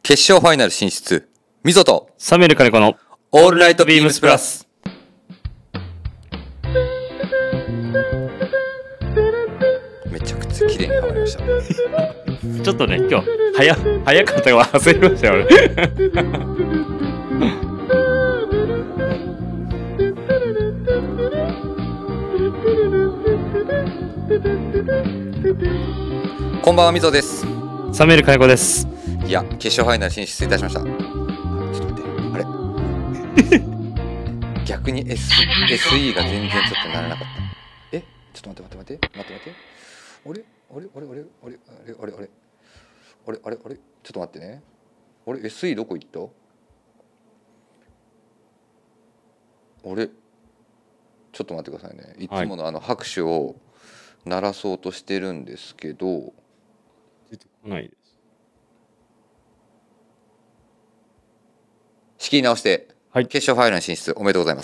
決勝ファイナル進出、ミゾとサメルカネコのオールナイトビームスプラス。めちゃくちゃ綺麗にハマりました。 ちょっとね、今日早かったから焦りましたよこんばんは、みぞです。 サメルカネコです。 いや、決勝ファイナル進出いたしました。ちょっと待って、あれ逆に SE が全然ちょっとならなかった。ちょっと待って。あれちょっと待ってね。SE どこ行った？ちょっと待ってくださいね。いつもの拍手を鳴らそうとしてるんですけど、 出てこないです。 仕切り直して、 はい、 決勝ファイナル進出おめでとうございます。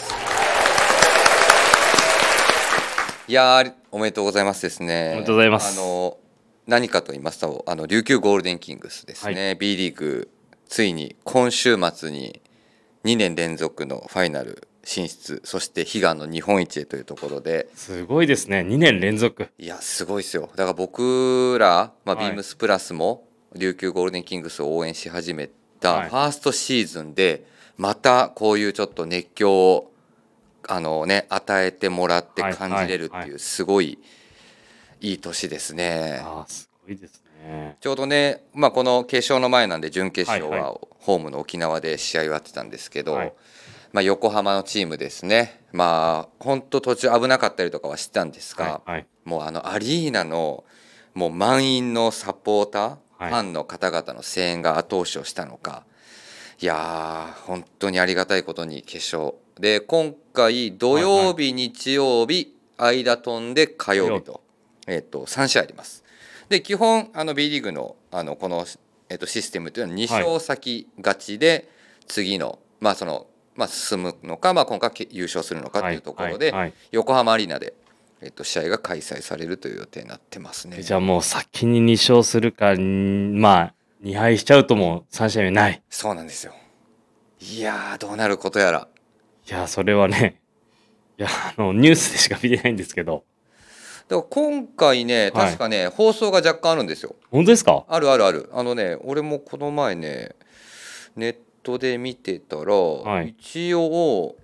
いやー、おめでとうございますですね。 おめでとうございます。 何かと言いますと、琉球ゴールデンキングスですね、はい、B リーグついに今週末に2年連続のファイナル進出、そして悲願の日本一へというところで、 すごいですね。2年連続。 いや、すごいですよ。だから僕ら、ビームスプラスも琉球ゴールデンキングスを応援し始めたファーストシーズンで、またこういうちょっと熱狂を与えてもらって感じれるっていうすごいいい年ですね。 すごいですね。 ちょうどね、この決勝の前なんで準決勝はホームの沖縄で試合をやってたんですけど、横浜のチームですね。本当途中危なかったりとかはしてたんですが、もうアリーナのもう満員のサポーター、ファンの方々の声援が後押しをしたのか、いやー本当にありがたいことに決勝で、今回土曜日、日曜日間飛んで火曜日と、3試合あります。で基本B リーグのこの、システムというのは2勝先勝ちで、次の進むのか、今回優勝するのかというところで、横浜アリーナで、試合が開催されるという予定になってますね。 じゃあもう先に2勝するか、2敗しちゃうともう3試合目ない。 そうなんですよ。いやーどうなることやら。 いやそれはね、ニュースでしか見てないんですけど、 だから今回ね、確かね、放送が若干あるんですよ。 本当ですか？ ある。俺もこの前ねネットで見てたら、一応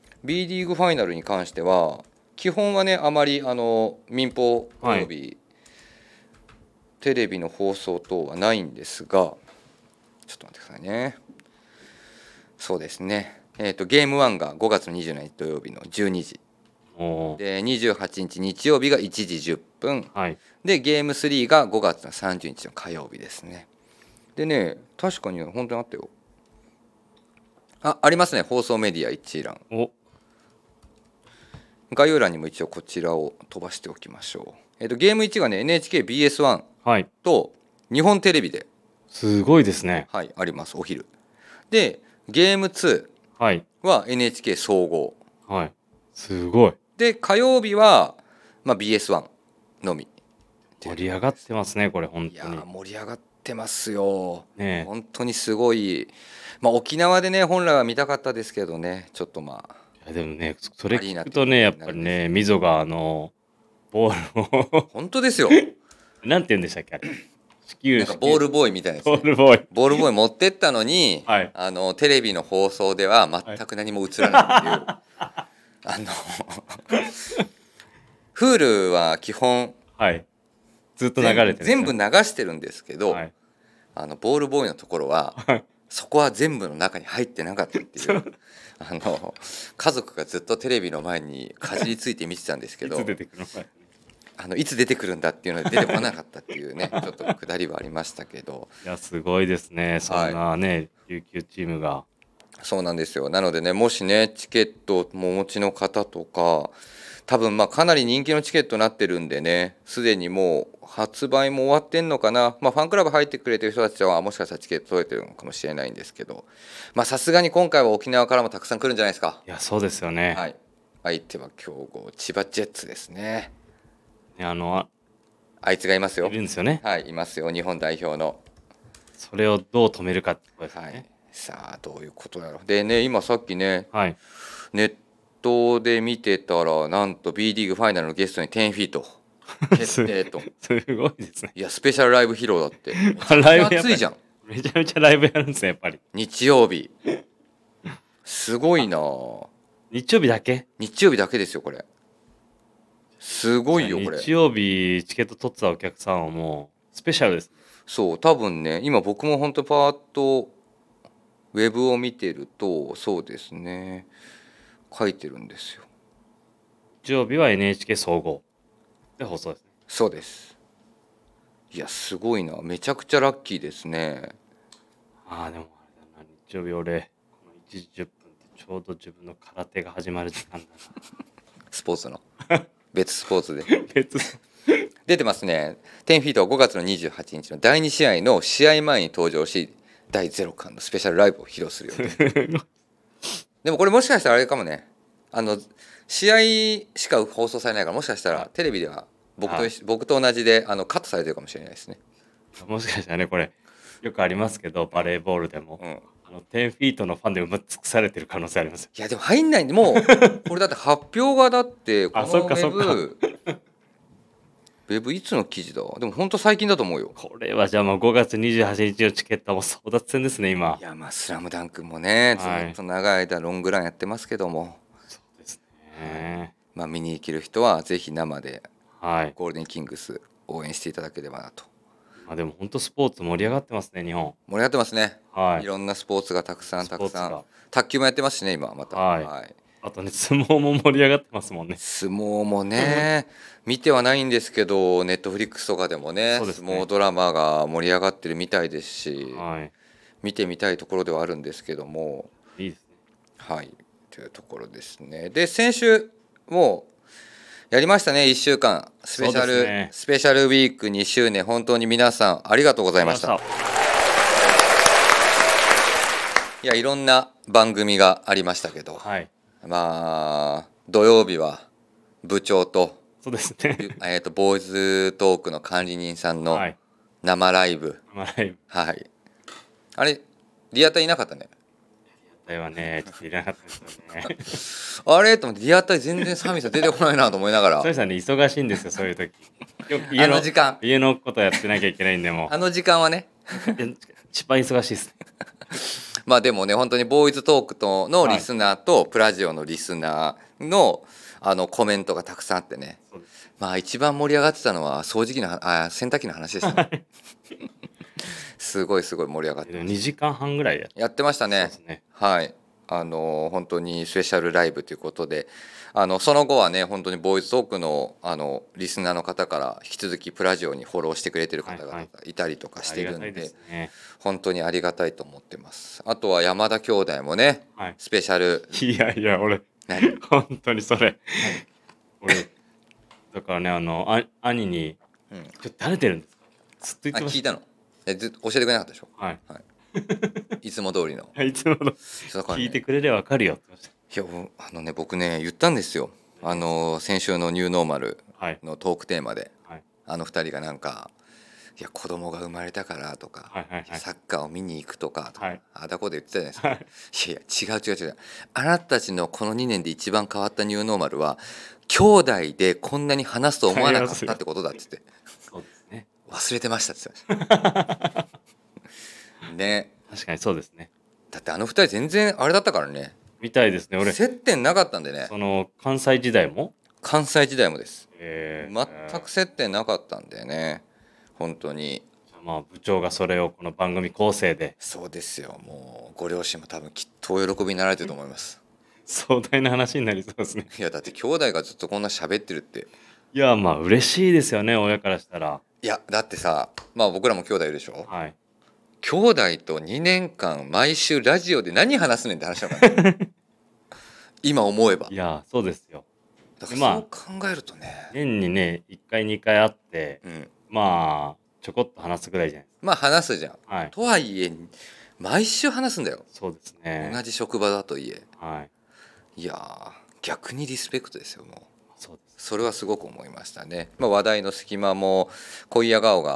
B リーグファイナルに関しては基本はねあまり民放およびテレビの放送等はないんですが、ちょっと待ってくださいね。そうですね、ゲーム1が5月の27日土曜日の12時で、28日日曜日が1時10分、でゲーム3が5月の30日の火曜日ですね。でね、確かに本当にあったよ。ありますね、放送メディア一覧。概要欄にも一応こちらを飛ばしておきましょう。ゲーム1がね NHKBS1 と日本テレビで、 すごいですね。 あります、お昼で。ゲーム2は NHK 総合、 すごい。で火曜日は、BS1 のみ。 盛り上がってますねこれ本当に。 いや盛り上がってますよ、本当にすごい。沖縄でね本来は見たかったですけどね、ちょっとでもねそれ聞くとね、やっぱりね、みぞがボールを本当ですよなんて言うんでしたっけ、あれなんかボールボーイみたいなやつ、 ボールボーイ持ってったのに、テレビの放送では全く何も映らないっていう、Hulu は基本、 ずっと流れてる、 全部流してるんですけど、ボールボーイのところは、そこは全部の中に入ってなかったっていう家族がずっとテレビの前にかじりついて見てたんですけどいつ出てくるんだっていうので出てこなかったっていうねちょっとくだりはありましたけど、 いやすごいですね、そんなね、琉球チームが。 そうなんですよ。なのでね、もしねチケットもお持ちの方とか、多分かなり人気のチケットになってるんでね、すでにもう発売も終わってんのかな。ファンクラブ入ってくれてる人たちはもしかしたらチケット取れてるのかもしれないんですけど、さすがに今回は沖縄からもたくさん来るんじゃないですか。 いやそうですよね。 相手は強豪千葉ジェッツですね。 あいつがいますよ。 いるんですよね。 いますよ、日本代表のそれをどう止めるかってことですね。 はい、さあどういうことだろう。でね、今さっきね、 はい。 ネットで見てたらなんと B リーグファイナルのゲストに10フィート決定と。 すごいですね。 いやスペシャルライブ披露だって。めちゃくちライブやっぱりゃ熱いじゃん。 めちゃめちゃライブやるんですね、やっぱり。 日曜日すごいな。 日曜日だけ？ 日曜日だけですよこれ。すごいよこれ。 日曜日チケット取ってたお客さんはもうスペシャルです。 そう多分ね、今僕も本当パーッとウェブを見てるとそうですね書いてるんですよ。 日曜日は NHK 総合で放送ですね。 そうです。いやすごいな、めちゃくちゃラッキーですね。 ああでもあれだな、日曜日俺この1時10分ってちょうど自分の空手が始まる時間だスポーツの別スポーツでな。別出てますね。10フィートは5月の28日の第2試合の試合前に登場し第0巻のスペシャルライブを披露する予定でもこれもしかしたらあれかもね、試合しか放送されないからもしかしたらテレビでは僕と同じでカットされてるかもしれないですね。 もしかしたらね、これよくありますけどバレーボールでも、10フィートのファンで埋め尽くされてる可能性あります。 いやでも入んないんで、もうこれだって発表がだってこのウェブいつの記事だ。でも本当最近だと思うよ。 これはじゃあもう5月28日のチケットはもう争奪戦ですね今。 いやまあスラムダンクもねずっと長い間ロングランやってますけども、 そうですね、 まあ見に行ける人はぜひ生ではい、 ゴールデンキングス応援していただければなと。 まあでも本当スポーツ盛り上がってますね日本。 盛り上がってますね。 はい、 いろんなスポーツがたくさんスポーツが卓球もやってますしね今また。 はいあとね相撲も盛り上がってますもんね。 相撲もね見てはないんですけどネットフリックスとかでもね相撲ドラマが盛り上がってるみたいですし、見てみたいところではあるんですけども、 いいですね。 はいというところですね。で先週もうやりましたね1週間スペシャルウィーク2周年、本当に皆さんありがとうございました。いやいろんな番組がありましたけど、まあ土曜日は部長とそうですねボーイズトークの管理人さんの生ライブ、はい、あれリアタイいなかったね。 リアタイはねちょっといらなかったですよねあれと思ってリアタイ全然サミさん出てこないなと思いながらサミさんね忙しいんですよそういう時家のことやってなきゃいけないんでも時間はね一番忙しいですねまあでもね本当にボーイズトークとのリスナーとプラジオのリスナーのコメントがたくさんあってね、まあ一番盛り上がってたのは掃除機の洗濯機の話でしたねすごい盛り上がって 2時間半ぐらいやってましたね。はい本当にスペシャルライブということでその後はね本当にボーイズトークのリスナーの方から引き続きプラジオにフォローしてくれてる方がいたりとかしてるんで、本当にありがたいと思ってます。あとは山田兄弟もね、スペシャルいや俺本当にそれ俺だからね兄に「ちょっと誰出るんですか?」ずっと言ってました。 聞いたの教えてくれなかったでしょ。いつも通りのいつもの聞いてくれれば分かるよって言ってました。いや僕ね言ったんですよ。先週のニューノーマルのトークテーマで、2人がなんかいや子供が生まれたからとか、サッカーを見に行くとかあだこで言ってたじゃないですか。いや違うあなたたちのこの2年で一番変わったニューノーマルは兄弟でこんなに話すと思わなかったってことだって言ってそうですね忘れてましたって言ってましたね。 確かにそうですね。 だって2人全然あれだったからね。 みたいですね。俺接点なかったんでね。 その関西時代もです。全く接点なかったんでね本当に。 まあ部長がそれをこの番組構成で。 そうですよ。もうご両親も多分きっとお喜びになられてると思います。 壮大な話になりそうですね。 いやだって兄弟がずっとこんな喋ってるって。 いやまあ嬉しいですよね親からしたら。 いやだってさまあ僕らも兄弟いるでしょ。兄弟と2年間毎週ラジオで何話すねんって話だから今思えば。 いやそうですよ。 だからそう考えるとね、 年にね1回2回会って、まあちょこっと話すぐらいじゃないですか。 まあ話すじゃん、とはいえ毎週話すんだよ。 そうですね。 同じ職場だといえ、いや逆にリスペクトですよ。もうそれはすごく思いましたね。まあ、話題の隙間も恋や顔が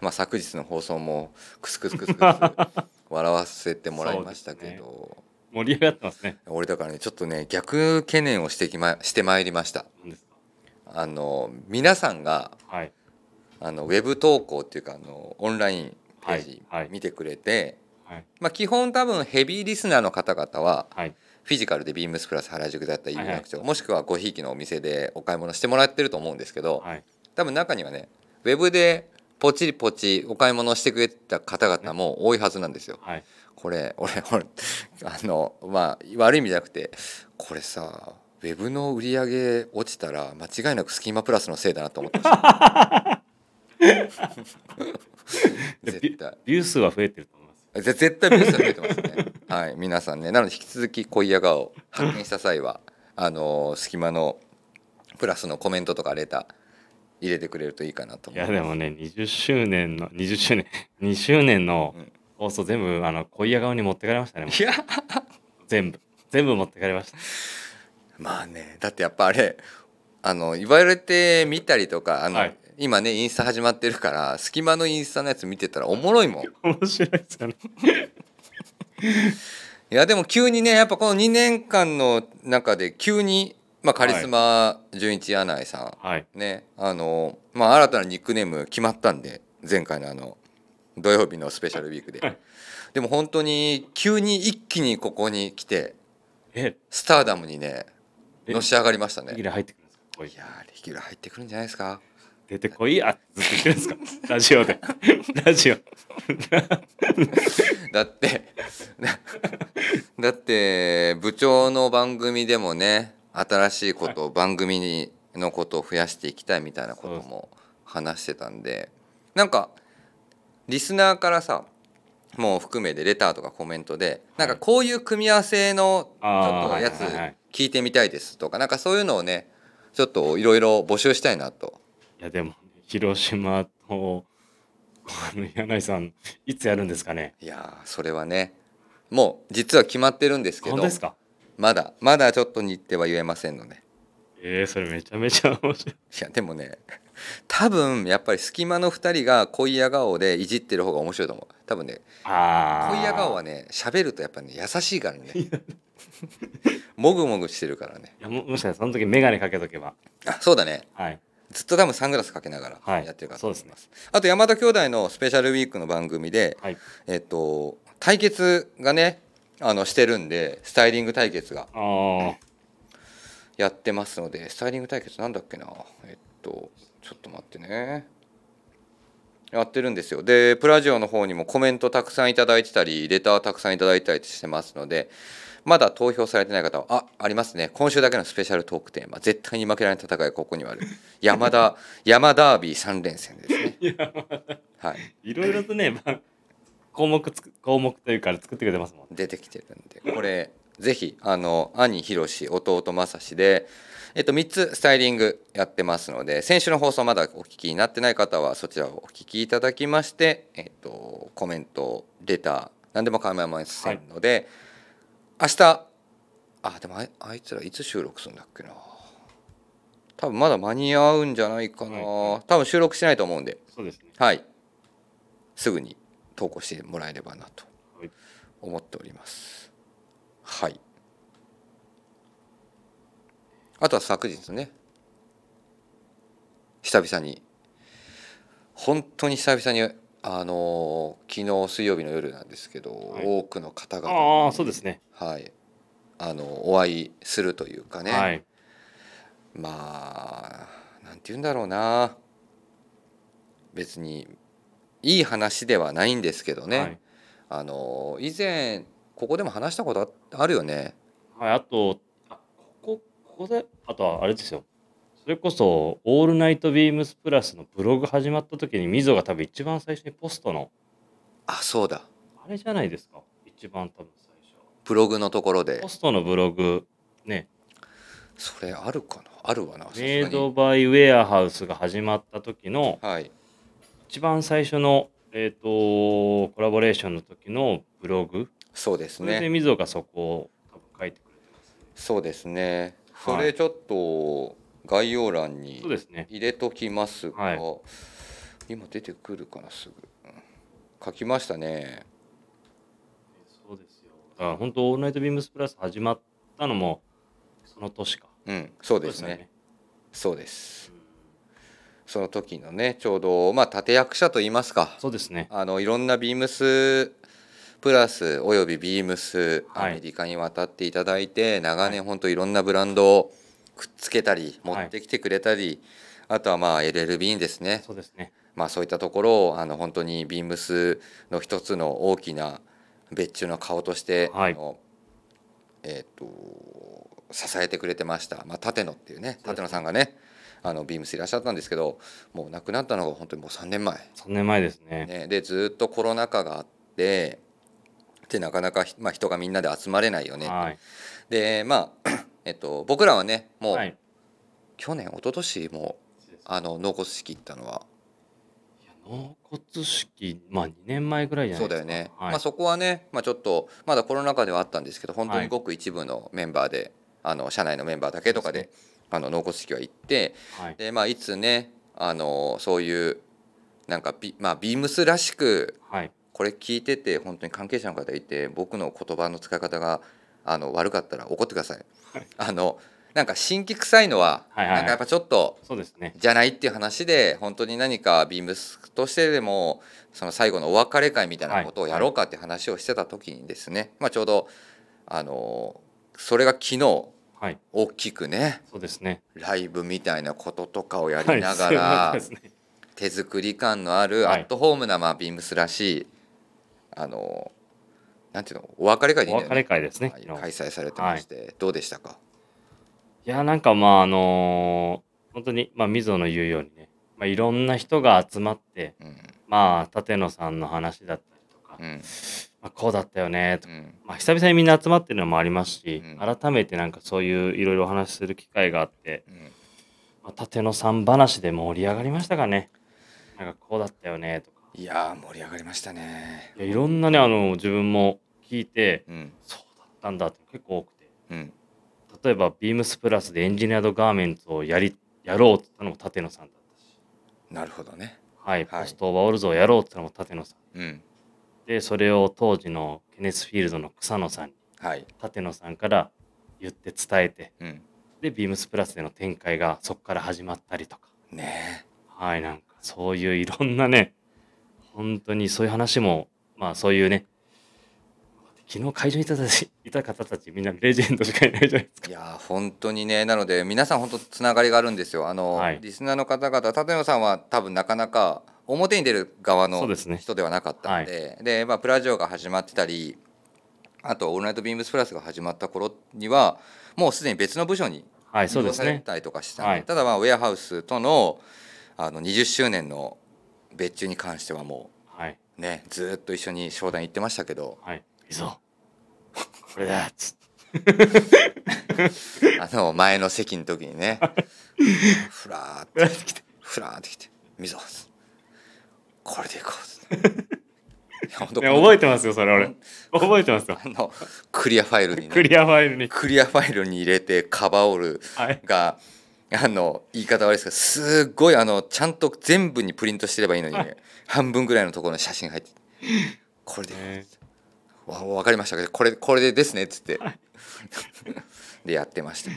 まあ、昨日の放送もクスクスクスクス笑わせてもらいましたけど、 盛り上がってますね。 俺だからねちょっとね逆懸念をしてまいりました。 何ですか？ 皆さんがはい。 ウェブ投稿っていうかオンラインページはい見てくれて、 はいまあ、基本多分ヘビーリスナーの方々ははいフィジカルでビームスプラス原宿だったり有はいはい楽町、もしくはごひいきのお店でお買い物してもらってると思うんですけど、 はい。 多分中にはねウェブでポチポチお買い物してくれた方々も多いはずなんですよ。 はい。 これ俺まあ悪い意味じゃなくて、これさウェブの売り上げ落ちたら間違いなくスキマプラスのせいだなと思ってました絶対ビュー数は増えてると思います。 絶対ビュー数が増えてますねはい皆さんね。なので引き続き恋や顔を発見した際はスキマのプラスのコメントとかレター入れてくれるといいかなとい思います。 やでもね、20周年の20周年2周年のうん放送全部恋や顔に持ってかれましたね。もういや全部持ってかれました。 まあねだってやっぱあれ言われてみたりとかはい今ねインスタ始まってるから隙間のインスタのやつ見てたらおもろいもん。い面白いですよね。 やでも急にねやっぱこの2年間の中で急に、まあ、カリスマ純一柳井さん、 はいねまあ、新たなニックネーム決まったんで前回の土曜日のスペシャルウィークで、 はいでも本当に急に一気にここに来てえスターダムにねのし上がりましたね。 レギュラー入ってくるんですか？恋いやーレギュラー入ってくるんじゃないですか。 出てこいやってずっと言ってるんですか？ラジオでラジオだってだって部長の番組でもね新しいことを番組のことを増やしていきたいみたいなことも話してたんで、なんかリスナーからさもう含めてレターとかコメントでなんかこういう組み合わせのちょっとやつ聞いてみたいですとかなんかそういうのをねちょっといろいろ募集したいなと。 いやでも広島と柳井さんいつやるんですかね？ いやーそれはねもう実は決まってるんですけど本当ですか？ まだちょっと日程は言えませんので。 それめちゃめちゃ面白い。 いやでもね多分やっぱり隙間の2人が恋や顔でいじってる方が面白いと思う。多分ね恋や顔はね喋るとやっぱね優しいからねもぐもぐしてるからね。 いやもしかしたらその時眼鏡かけとけば。 あそうだねはいずっと多分サングラスかけながらやってるかと思います、あと山田兄弟のスペシャルウィークの番組で、 はい対決がねしてるんでスタイリング対決がやってますので、スタイリング対決なんだっけなちょっと待ってねやってるんですよ。でプラジオの方にもコメントたくさんいただいてたりレターたくさんいただいたりしてますので、まだ投票されてない方はありますね。今週だけのスペシャルトークテーマ絶対に負けられない戦いがここにはある山ダービー3連戦ですねはい、 いろいろとね項目というか作ってくれてますもん。 出てきてるんでこれぜひ兄ひろし弟まさしで3つスタイリングやってますので、先週の放送まだお聞きになってない方はそちらをお聞きいただきまして、コメントレター何でも構いませんので、明日でもあいつらいつ収録するんだっけな。多分まだ間に合うんじゃないかな、多分収録してないと思うんで、 そうですね。 はい、すぐに投稿してもらえればなと思っております。はい。あとは昨日ね久々に本当に久々に昨日水曜日の夜なんですけど、多くの方々にそうですね、 はい、お会いするというかね、 はい、 まあなんて言うんだろうな、別にいい話ではないんですけどね、以前ここでも話したことあるよね。 はい、あとここであとはあれですよ、それこそ「オールナイトビームスプラス」のブログ始まった時にみぞが多分一番最初にポストのそうだあれじゃないですか、一番多分最初ブログのところでポストのブログね、 それあるかな、あるわな。 メイドバイウェアハウスが始まった時の、一番最初のコラボレーションの時のブログ、 そうですね、 それでみぞがそこを多分書いてくれてます、ね、 そうですね、それちょっと概要欄に入れときますが、 今出てくるかなすぐ、書きましたね。 そうですよ。だから本当オールナイトビームスプラス始まったのもその年か。 そうそうですね。 ですよね。 そうです。その時のねちょうど立役者といいますか、 そうですね。 いろんなビームスプラスおよびビームスアメリカに渡っていただいて、長年本当いろんなブランドをくっつけたり持ってきてくれたり、あとはLL ビーンですね。 そうですね。 そういったところを本当にビームスの一つの大きな別注の顔として、支えてくれてました、立野っていうね、立野さんがねビームスいらっしゃったんですけど、もう亡くなったのが本当にもう3年前、 3年前ですね。 でずっとコロナ禍があってでなかなか、人がみんなで集まれないよねって、で僕らはねもう、去年一昨年も納骨式行ったのは納骨式2年前ぐらいじゃないですか。 そうだよね、そこはね、ちょっとまだコロナ禍ではあったんですけど、本当にごく一部のメンバーで、社内のメンバーだけとかで納骨式は行って、でいつねそういうなんかビームスらしく、これ聞いてて本当に関係者の方いて僕の言葉の使い方が悪かったら怒ってください。なんか新規臭いのは、なんかやっぱちょっとじゃないっていう話で、本当に何かビームスとしてでもその最後のお別れ会みたいなことをやろうかっていう話をしてた時にですね、ちょうどそれが昨日大きくね、ライブみたいなこととかをやりながら、手作り感のあるアットホームなビームスらしいなんていうのお別れ会でいいんだよね。 お別れ会ですね。 開催されてまして、どうでしたか？ いやなんか本当にみぞの言うようにね、いろんな人が集まって、立野さんの話だったりとか、こうだったよねとか、久々にみんな集まってるのもありますし、改めてなんかそういういろいろお話しする機会があって、立野さん話で盛り上がりましたかね。なんかこうだったよねとか。 いや盛り上がりましたね。 いろんなね自分も聞いて、そうだったんだって結構多くて、例えばビームスプラスでエンジニアドガーメンツをやろうって言ったのも立野さんだったし、 なるほどね。 ポストオーバーオールズをやろうって言ったのも立野さん、でそれを当時のケネスフィールドの草野さんに、立野さんから言って伝えて、でビームスプラスでの展開がそこから始まったりとかね、 なんかそういういろんなね、本当にそういう話もそういうね、昨日会場にいた方たちみんなレジェンドしかいないじゃないですか。 いや本当にね、なので皆さん本当つながりがあるんですよ。リスナーの方々、立野さんは多分なかなか表に出る側の人ではなかったので、プラジオが始まってたり、あとオールナイトビームスプラスが始まった頃にはもうすでに別の部署に移動されたりとかしたので、ただウェアハウスとの20周年の別注に関してはもうね、ずっと一緒に商談行ってましたけど、 いいぞこれだっつ前の席の時にねふらーってきてみぞこれでいこう覚えてますよそれ。俺覚えてますよ。 クリアファイルにね、 クリアファイルに入れてカバーオールが、言い方悪いですけどすっごいちゃんと全部にプリントしてればいいのに、半分ぐらいのところの写真入ってこれで分かりましたけどこれでですねっつってでやってました。い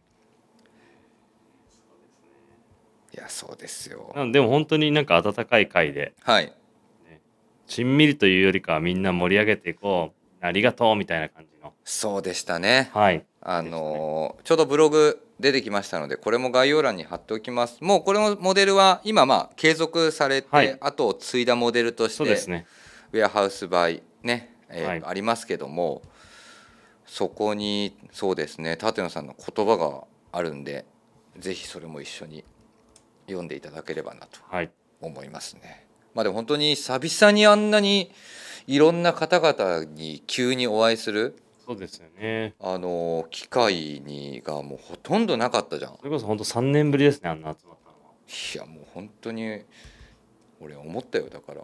やそうですよ。 でも本当になんか温かい会で、しんみりというよりかはみんな盛り上げていこう、ありがとうみたいな感じの。 そうでしたね。ちょうどブログ出てきましたのでこれも概要欄に貼っておきます。もうこれのモデルは今継続されて、後を継いだモデルとしてウェアハウスバイね、ありますけども、そこにそうですね立野さんの言葉があるんで、ぜひそれも一緒に読んでいただければなと思いますね。でも本当に久々にあんなにいろんな方々に急にお会いする、 そうですよね、 機会がもうほとんどなかったじゃん。 それこそ本当3年ぶりですね、あんな集まったのは。 いやもう本当に俺思ったよ。だから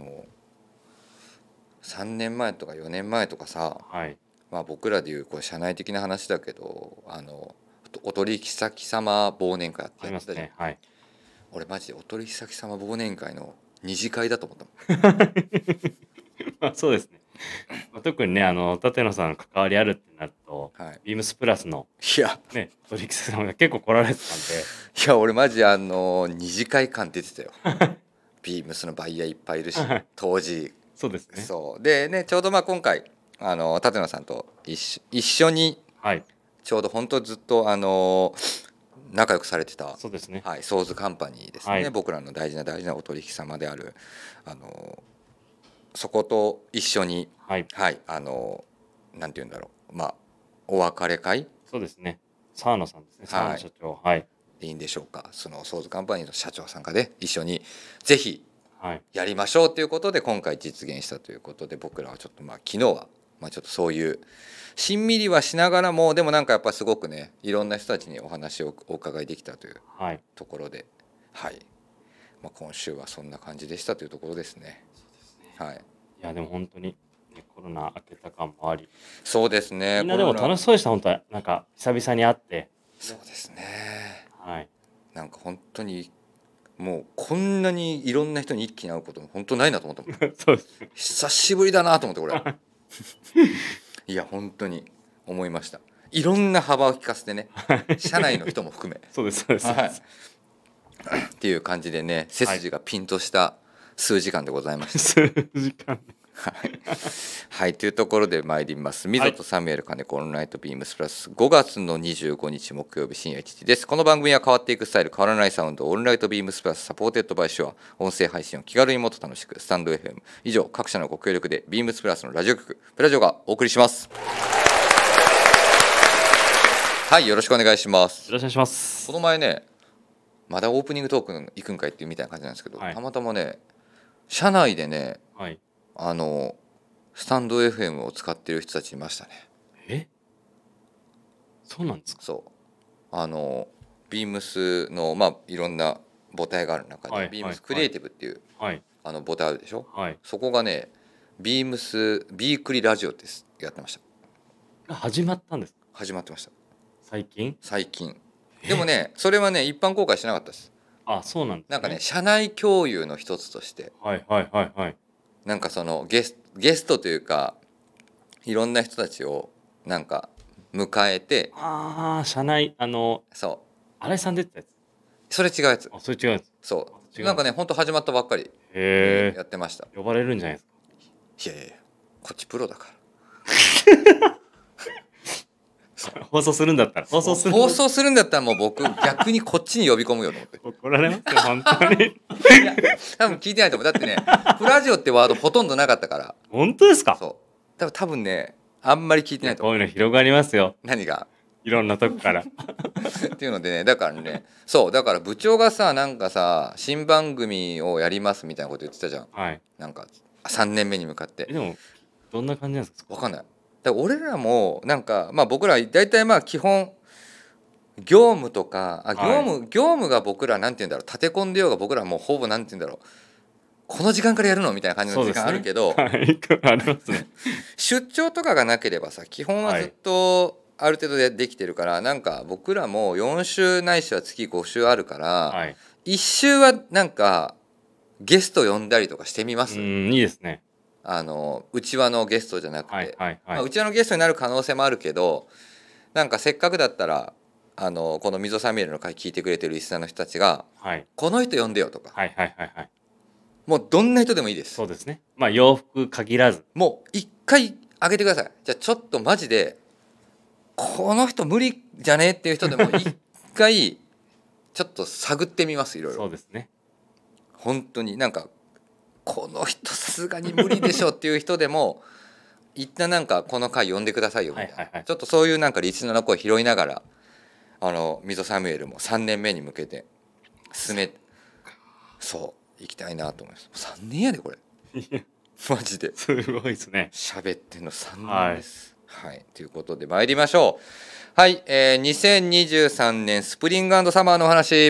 3年前とか4年前とかさ、僕らでいう社内的な話だけどお取引先様忘年会やってたじゃん。俺マジでお取引先様忘年会の二次会だと思ったもん。 まあそうですね。特にね、舘野さんの関わりあるってなると、 はい、 ビームスプラスのいやね、取引先さんが結構来られてたんで。 いや俺マジ二次会感出てたよ。ビームスのバイヤーいっぱいいるし当時。 そうですね。 そうでね、ちょうどまあ今回舘野さんと一緒に、 はい、 ちょうど本当ずっと仲良くされてた、 そうですね、 はい、ソーズカンパニーですね、 はい、 僕らの大事なお取引様であるそこと一緒に、 はい、 はい、なんて言うんだろう、まあお別れ会、 そうですね、澤野さんですね、澤野社長、はい、 でいいんでしょうか、そのソーズカンパニーの社長さんがね一緒にぜひはい、 やりましょうということで今回実現したということで、僕らはちょっとまあ昨日はまあちょっとそういうしんみりはしながらも、でもなんかやっぱすごくねいろんな人たちにお話をお伺いできたというはい、 ところで、はい、まあ、今週はそんな感じでしたというところですね。はい、 いやでも本当に、ね、コロナ明けた感もあり、 そうですね、 みんなでも楽しそうでした。本当はなんか久々に会って、 そうですね、 はい、 なんか本当にもうこんなにいろんな人に一気に会うこと本当ないなと思ったもん。 そうです。 久しぶりだなと思ってこれいや本当に思いました。いろんな幅を利かせてね、社内の人も含めそうですそうです、 はい、っていう感じでね、背筋がピンとした数時間でございました。 数時間はい、はい、というところで参ります。ミゾとサミュエル金子オンライトビームスプラス5月の25日木曜日深夜1時です。この番組は変わっていくスタイル、変わらないサウンド、オンライトビームスプラスサポーテッドバイシュア、音声配信を気軽にもっと楽しく、スタンド FM 以上各社のご協力でビームスプラスのラジオ局プラジオがお送りします。はい、よろしくお願いします。 よろしくお願いします。 この前ね、まだオープニングトーク行くんかいっていうみたいな感じなんですけど、 はい、 たまたまね社内でね、 はい、 スタンド FM を使ってる人たちいましたね。 え、そうなんですか。 そうビームスのまあいろんな母体がある中で、 はい、 ビームスクリエイティブっていう、 はい、 母体あるでしょ、 はい、 そこがねビームスビークリラジオってやってました。 始まったんですか。 始まってました最近。 最近。でもねそれはね一般公開してなかったです。 あ、そうなんですね。 なんかね社内共有の一つとして、 はいはいはいはい。 なんかそのゲストというかいろんな人たちをなんか迎えて、 ああ、社内、 そう新井さん出てたやつ。 それ違うやつ。 あ、それ違うやつ。 そう違うなんかねほんと始まったばっかりへえ。 やってました。 呼ばれるんじゃないですか。 いやいやいやこっちプロだから放送するんだったら。 放送するんだったらもう僕逆にこっちに呼び込むよと思って怒られますよ本当に。 いや多分聞いてないと思う。だってねプラジオってワードほとんどなかったから。 本当ですか。 そう多分ねあんまり聞いてないと思う。 こういうの広がりますよ。 何がいろんなとこからっていうのでね、だからね、そうだから部長がさなんかさ新番組をやりますみたいなこと言ってたじゃん。 はい。 なんか3年目に向かってでもどんな感じなんですか。 分かんない。だから俺らもなんかまあ僕ら大体まあ基本業務とか業務が僕らなんて言うんだろう、立て込んでようが僕らもうほぼなんて言うんだろう、この時間からやるのみたいな感じの時間あるけど、 はい、ありますね。 出張とかがなければさ基本はずっとある程度できてるから、なんか僕らも4週ないしは月5週あるから、 はい、 1週はなんかゲスト呼んだりとかしてみます。 いいですね。 うちわのゲストじゃなくて、 はいはいはい、 まあ、うちわのゲストになる可能性もあるけど、なんかせっかくだったらこの溝サミュエルの回聞いてくれてるリスナーの人たちが、 はい、 この人呼んでよとか、 はいはいはいはい、 もうどんな人でもいいです。 そうですね。まあ洋服限らずもう一回あげてください。じゃあちょっとマジでこの人無理じゃねえっていう人でも一回ちょっと探ってみます。いろいろそうですね。 本当になんかこの人さすがに無理でしょっていう人でも一旦なんかこの回呼んでくださいよみたいな、 はいはいはい、 ちょっとそういうなんかリスナーの声拾いながら溝サミュエルも3年目に向けて進めそう行きたいなと思います。3年やでこれマジですごいですね。 喋ってんの3年です。はい、ということで参りましょう。はい、2023年スプリング&サマーのお話。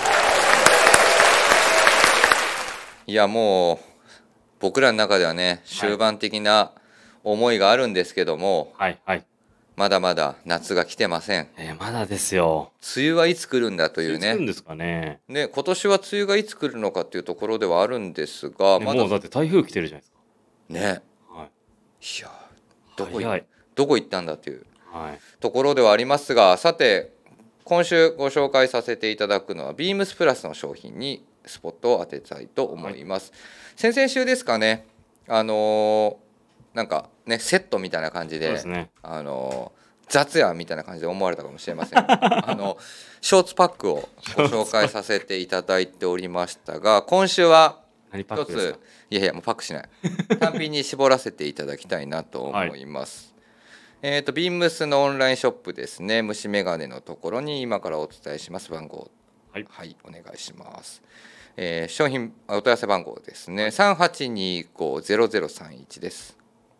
いやもう僕らの中ではね終盤的な思いがあるんですけども、 はいはい、 まだまだ夏が来てません。 まだですよ。 梅雨はいつ来るんだというね。 いつ来るんですかね。 ね、今年は梅雨がいつ来るのかっていうところではあるんですが、 ね、 まもうだって台風来てるじゃないですか。 ね、 はい。 いや早い。 どこ行ったんだというはい。 ところではありますが、さて今週ご紹介させていただくのはビームスプラスの商品にスポットを当てたいと思います。先々週ですかね、なんかねセットみたいな感じで、 そうですね。 雑やみたいな感じで思われたかもしれません。ショーツパックをご紹介させていただいておりましたが、今週は何パッ一クですか？ つ、いやいやもうパックしない単品に絞らせていただきたいなと思います。ビームスのオンラインショップですね、虫眼鏡のところに今からお伝えします番号、 はい、 はい、お願いします。商品お問い合わせ番号ですね、3825-0031です。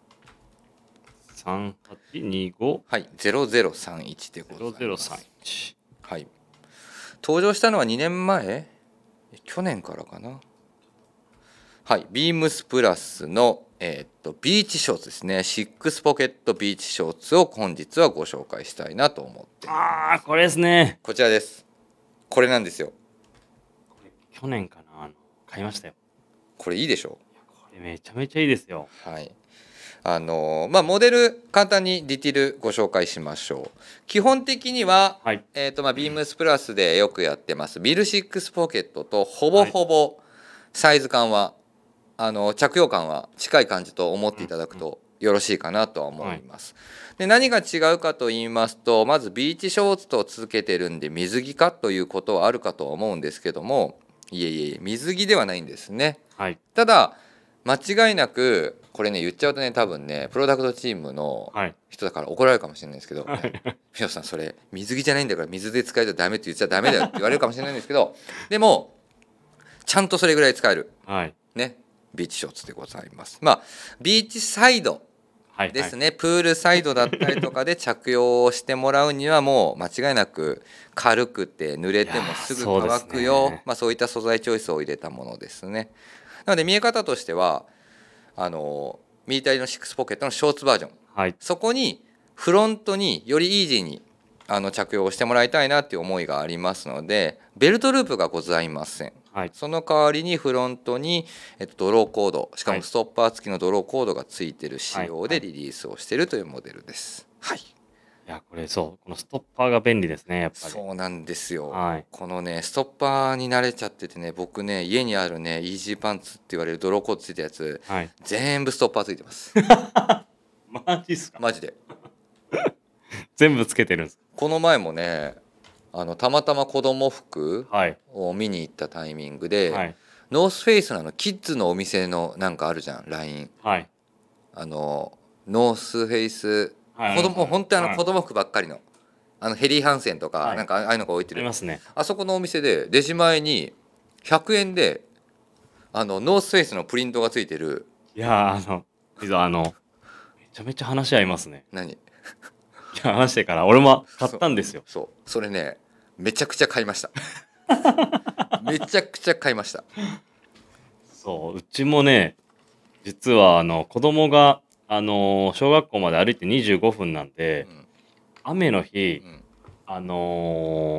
3825、 はい、0031でございます。 0031、 はい、登場したのは2年前、去年からかな。はい、ビームスプラスの、ビーチショーツですね、シックスポケットビーチショーツを本日はご紹介したいなと思ってこれですね。 こちらです。これなんですよ。 これ去年かな、買いましたよ。 これいいでしょこれめちゃめちゃいいですよ。 はい。モデル簡単にディティルご紹介しましょう。基本的には、 はい、 ビームスプラスでよくやってますビルシックスポケットとほぼほぼサイズ感は、着用感は近い感じと思っていただくとよろしいかなとは思います。で、何が違うかと言いますと、まずビーチショーツと続けてるんで水着かということはあるかと思うんですけども、いえいえ水着ではないんですね。 はい、 ただ間違いなくこれね言っちゃうとね、多分ねプロダクトチームの人だから怒られるかもしれないですけど、 はい、 皆さんそれ水着じゃないんだから水で使えちゃダメって言っちゃダメだよって言われるかもしれないんですけど、でもちゃんとそれぐらい使える、 はい、 ね、ビーチショーツでございます。まあビーチサイドですね、はい、プールサイドだったりとかで着用をしてもらうにはもう間違いなく軽くて濡れてもすぐ乾くよ、そういった素材チョイスを入れたものですね。なので見え方としてはミリタリーのシックスポケットのショーツバージョン、はい、そこにフロントによりイージーに着用をしてもらいたいなっていう思いがありますので、ベルトループがございません。はい、その代わりにフロントに、ドローコード、しかもストッパー付きのドローコードがついてる仕様でリリースをしているというモデルです。はい、いやこれこのストッパーが便利ですね、やっぱり。 そうなんですよ、 はい、 このねストッパーに慣れちゃっててね、僕ね家にあるねイージーパンツって言われるドローコードついたやつ、はい、全部ストッパーついてますマジっすか？ マジで全部つけてるんです。 この前もねたまたま子供服を見に行ったタイミングで、はい、ノースフェイスのキッズのお店のなんかあるじゃん LINE、はい、ノースフェイス、はい、子供本当に子供服ばっかりのヘリーハンセンとか、はい、なんかああいうのが置いてる あそこのお店でレジ前に100円でノースフェイスのプリントがついてる。 いやめちゃめちゃ話し合いますね。 何話してから俺も買ったんですよ。 それねめちゃくちゃ買いましためちゃくちゃ買いました。 うちもね実は子供が小学校まで歩いて25分なんで、うん、雨の日、うん、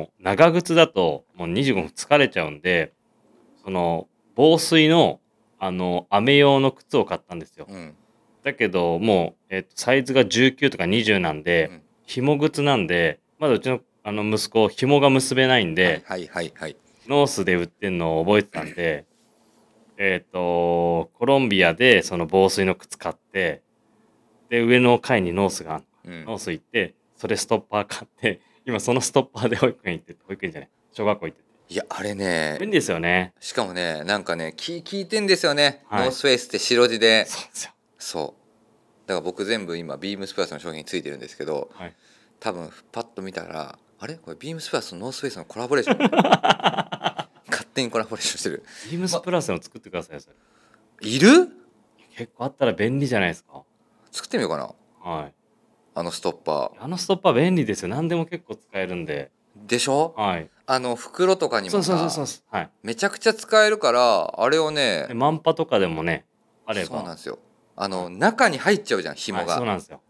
長靴だともう25分疲れちゃうんで、その防水の雨用の靴を買ったんですよ。うん、だけどもう、サイズが19とか20なんで、うん、紐靴なんでまだうちの息子紐が結べないんで、はいはいはいはい、ノースで売ってんのを覚えてたんでコロンビアでその防水の靴買って、で上の階にノースがある、うん、ノース行ってそれストッパー買って、今そのストッパーで保育園じゃない小学校行ってて、 いやあれね便利ですよね。 しかもねなんかね聞いてんですよね、はい、ノースフェイスって白地で。 そうですよ。 そうだから僕全部今ビームスプラスの商品ついてるんですけど、はい、多分パッと見たらあれこれビームスプラスとノースフェイスのコラボレーション勝手にコラボレーションしてる。 ビームスプラスの作ってくださいよ、それ。 いる？ 結構あったら便利じゃないですか。 作ってみようかな。はい。ストッパー。ストッパー便利ですよ。何でも結構使えるんで。 でしょ？はい。袋とかにもさ、 そう、はい。 めちゃくちゃ使えるからあれをね。 マンパとかでもねあれば。 そうなんですよ。中に入っちゃうじゃん紐が。 はい、そうなんですよ。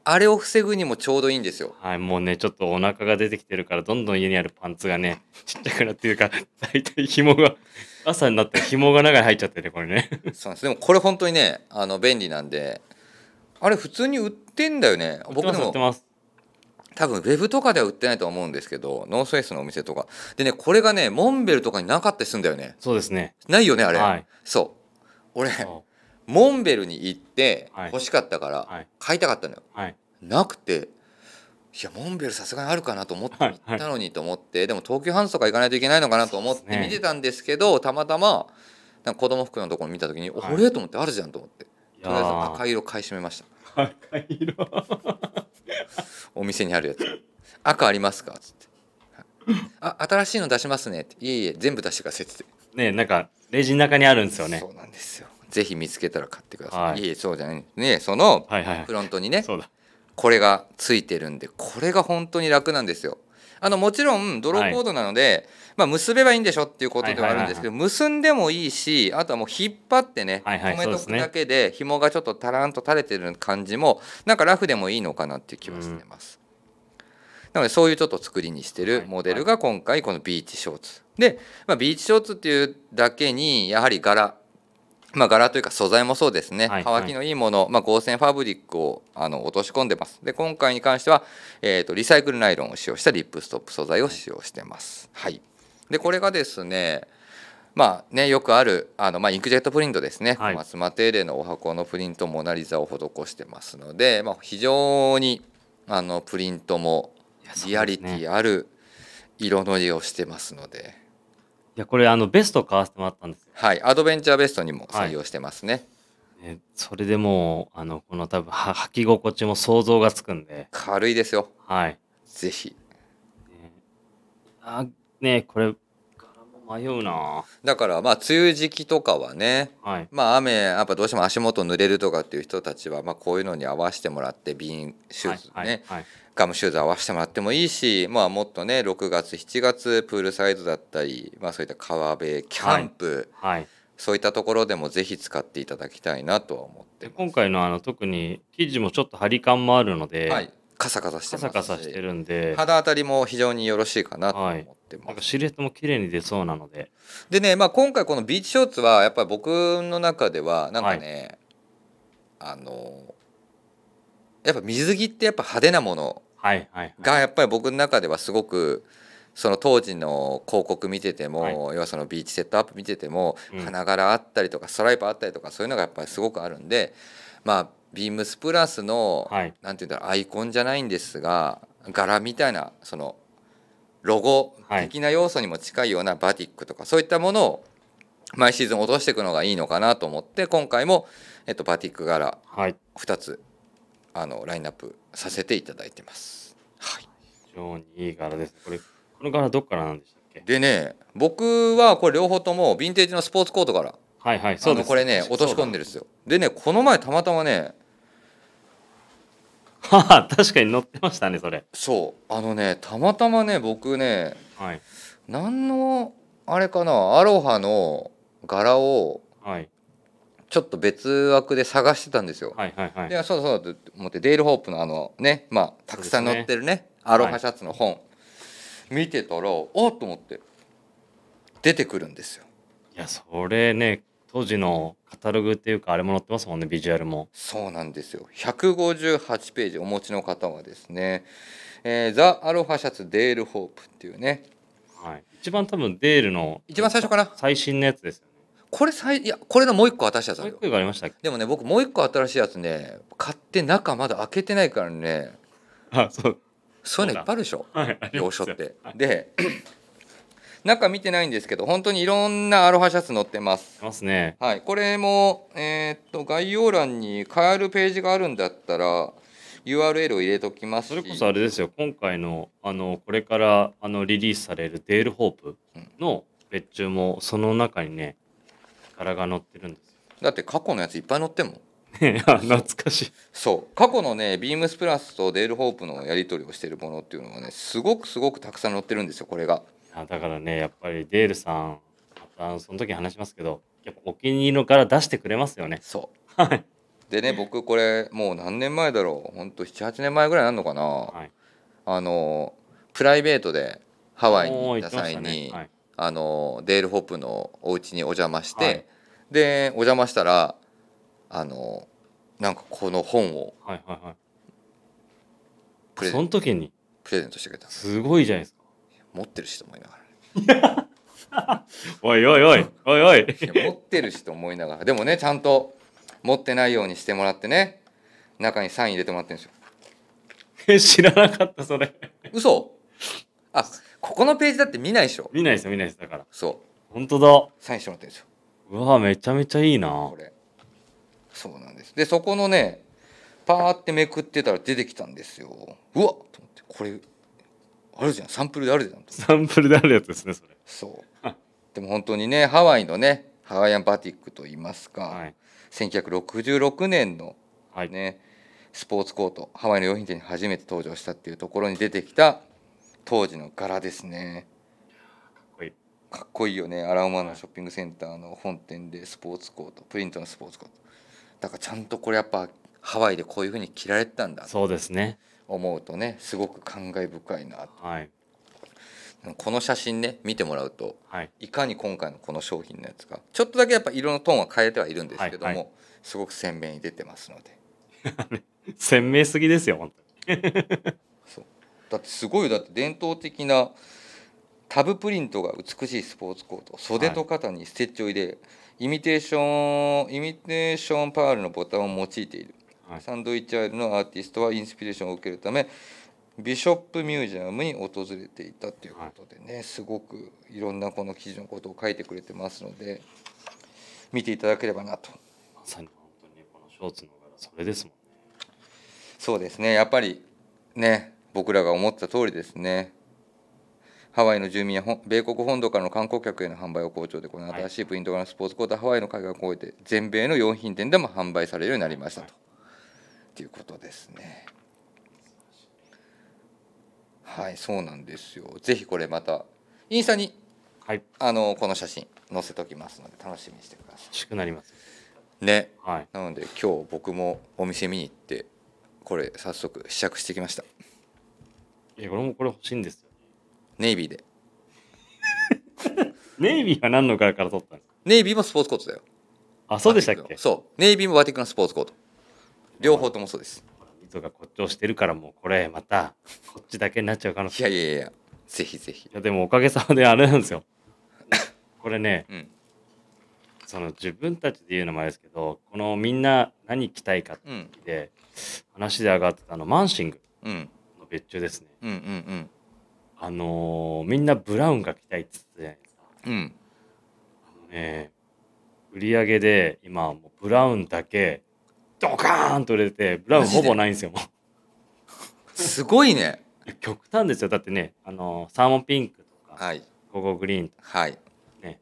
あれを防ぐにもちょうどいいんですよ。 はい、もうね、ちょっとお腹が出てきてるから、どんどん家にあるパンツがね、ちっちゃくなってるから、だいたい紐が、朝になったら紐が中に入っちゃってね、これね。 そうなんです。でもこれ本当にね便利なんで、あれ普通に売ってんだよね。 売ってます、売ってます。 多分ウェブとかでは売ってないと思うんですけど、ノースフェイスのお店とかでね、これがねモンベルとかになかったりするんだよね。 そうですね。 ないよねあれ。 はい。 そう俺そモンベルに行ってはい欲しかったからはい。 買いたかったのよ。 はい。 なくて、いやモンベルさすがにあるかなと思ってはい。 行はい。 ったのにと思って、でも東急ハンズとか行かないといけないのかなと思ってそうですね見てたんですけど、たまたまなんか子供服のところ見た時に、 はいあれと思って、あるじゃんと思って、 いやとりあえずー、 赤色買い占めました。 赤色。 お店にあるやつ、赤ありますかっつって、新しいの出しますねって、いえいえ全部出してくださいってね、なんか、レジの中にあるんですよね。 そうなんですよ、ぜひ見つけたら買ってください、 はい。 いえいえそうじゃないね、そのはいはいはい。 フロントにねそうだ。 これがついてるんで、これが本当に楽なんですよ。もちろんドローコードなので、結べばいいんでしょっていうことではあるんですけど、結んでもいいし、あとはもう引っ張ってね、 はいはい、 止めとくそうですね。 だけで紐がちょっとタランと垂れてる感じもなんかラフでもいいのかなっていう気はしてます。なのでそういうちょっと作りにしてるモデルが今回このビーチショーツで、ビーチショーツっていうだけにやはり柄、柄というか素材もそうですね、 はい乾きのいいもの、合成ファブリックを落とし込んでます。で今回に関しては、リサイクルナイロンを使用したリップストップ素材を使用してます。はい、でこれがですね、よくあるインクジェットプリントですね、 はい小松マテーレのお箱のプリントモナリザを施してますので、非常にプリントもリアリティある色のりをしてますので、 いや、これベスト買わせてもらったんですよ。 はい、アドベンチャーベストにも採用してますね。 ね、それでもう、この多分履き心地も想像がつくんで。 軽いですよ。 はい。 ぜひ。 ね、これ、柄も迷うな。 だから梅雨時期とかはね、 はい。 雨やっぱどうしても足元濡れるとかっていう人たちは、こういうのに合わせてもらって、ビーンシューズね、 はいはいはい、 ガムシューズ合わせてもらってもいいし、もっとね6月7月プールサイドだったり、そういった川辺キャンプ、 はいはい、 そういったところでもぜひ使っていただきたいなとは思ってます。 今回の特に生地もちょっと張り感もあるので、 はい、カサカサしてますし、 カサカサしてるんで肌当たりも非常によろしいかなと思ってます。 なんかシルエットも綺麗に出そうなので。 でね、今回このビーチショーツはやっぱり僕の中ではなんかね、やっぱ水着ってやっぱ派手なものがやっぱり僕の中ではすごく、その当時の広告見てても、要はそのビーチセットアップ見てても、花柄あったりとかストライプあったりとか、そういうのがやっぱりすごくあるんで、ビームスプラスの、なんていうんだろう、アイコンじゃないんですが、柄みたいなそのロゴ的な要素にも近いようなバティックとか、そういったものを毎シーズン落としていくのがいいのかなと思って、今回も、バティック柄2つ、ラインナップさせていただいてます。はい、 非常にいい柄です。この柄どっからなんでしたっけ？ でね、僕はこれ両方ともヴィンテージのスポーツコートから、そうです、これね落とし込んでるんですよ。でね、この前たまたまね、 確かに載ってましたね、それ。 そうたまたまね、僕ね、何のあれかな、アロハの柄をちょっと別枠で探してたんですよ。で、そうそうと思ってデールホープのね、たくさん載ってるねアロハシャツの本見てたら、と思って出てくるんですよ。 いや、それね、当時のカタログっていうかあれも載ってますもんね、ビジュアルも。 そうなんですよ。158ページお持ちの方はですね、ザ・アロハシャツデールホープっていうね、 一番多分デールの一番最初かな、 最新のやつですよね。 いや、これのもう一個新しいやつあるよ。 もう一個がありましたっけ？ でもね、僕もう一個新しいやつね買って中まだ開けてないからね。そういうのいっぱいあるでしょ、洋書って。で中見てないんですけど、本当にいろんなアロハシャツ載ってます。はい、これも、概要欄に買えるページがあるんだったら URL を入れときますし、 それこそあれですよ、今回のこれからリリースされるデールホープの別注もその中にね柄が載ってるんですよ。 だって過去のやついっぱい載ってんもん。 懐かしい。 そう、過去のねビームスプラスとデールホープのやり取りをしているものっていうのがね、すごくたくさん載ってるんですよ、これが。 だからね、やっぱりデールさん、またその時に話しますけど、やっぱお気に入りの柄出してくれますよね。 そうでね、僕これもう何年前だろう、ほんと78年前ぐらいなんのかな、 はい、 プライベートでハワイに行ったおー、言ってまし際に、 たね。はい。 デール・ホップのお家にお邪魔して、 はい。 でお邪魔したらなんかこの本をはいはいはい。そプレゼンの時に、 プレゼントしてくれたんです。 すごいじゃないですか。 持ってるしと思いながら、 おいおいおい、おいおい。 いや持ってるしと思いながら、でもねちゃんと持ってないようにしてもらってね、中にサイン入れてもらってるんですよ。 知らなかった、それ。 嘘。あ、ここのページだって見ないでしょ。 見ないですよ、見ないです。だから。 そう本当だ。 サインしてもらってるんですようわ、めちゃめちゃいいなこ。れ。そうなんです。でそこのねパーってめくってたら出てきたんですよ。うわっと思って、これあるじゃん、サンプルであるじゃんと。 サンプルであるやつですね、それ。 そうでも本当にね、ハワイのねハワイアンバティックといいますか、 はい。 1966年のはい。 ねスポーツコート、ハワイの用品店に初めて登場したっていうところに出てきた当時の柄ですね。 かっこいい。 かっこいいよね。アラウマのショッピングセンターの本店でスポーツコート、プリントのスポーツコートだから、ちゃんとこれやっぱハワイでこういう風に着られてたんだとそうですね。 思うとね、すごく感慨深いなと。 はい。 この写真ね見てもらうと、 はい。 いかに今回のこの商品のやつがちょっとだけやっぱ色のトーンは変えてはいるんですけども、 はいはい、 すごく鮮明に出てますので。 鮮明すぎですよ、本当に。 そうだってすごいよ。だって伝統的なタブプリントが美しいスポーツコート、袖と肩にステッチを入れ、イミテーションパールのボタンを用いている、 はい。 サンドイッチアイルのアーティストはインスピレーションを受けるためビショップミュージアムに訪れていたということでね、すごくいろんなこの記事のことを書いてくれてますので、見ていただければなと。 まさに本当にこのショーツの柄、それですもんね。 そうですね、やっぱりね僕らが思った通りですね。ハワイの住民や米国本土からの観光客への販売を好調で、この新しいプリント柄のスポーツコートはハワイの海岸を越えて全米の用品店でも販売されるようになりましたということですね。はい、そうなんですよ。ぜひこれまたインスタにはい。 この写真載せときますので楽しみにしてくださ欲しくなります。 いね。 はい。 なので今日僕もお店見に行ってこれ早速試着してきました。 俺もこれ欲しいんですよ。 ネイビーで。 ネイビーは何の柄から取ったんですか？ ネイビーもスポーツコートだよ。 あ、そうでしたっけ？ そうネイビーもバティックのスポーツコート、両方ともそうです。 溝が誇張してるからもうこれまたこっちだけになっちゃう可能性。 いやいやいや、ぜひぜひ。 いやでもおかげさまであれなんですよ。これね、 うん、 その自分たちで言うのもあれですけど、このみんな何着たいかってうん、 時で話で上がってたマンシングうん、 の別注ですね。 うん、うん、 みんなブラウンが着たいって言ってたじゃないですか。 うん、 ね、売り上げで今もうブラウンだけドカーンと売れて、ブラウンほぼないんですよ。もうすごいね。 極端ですよ。だってね、サーモンピンクとかはい、 ゴゴグリーンとかはい。 ね、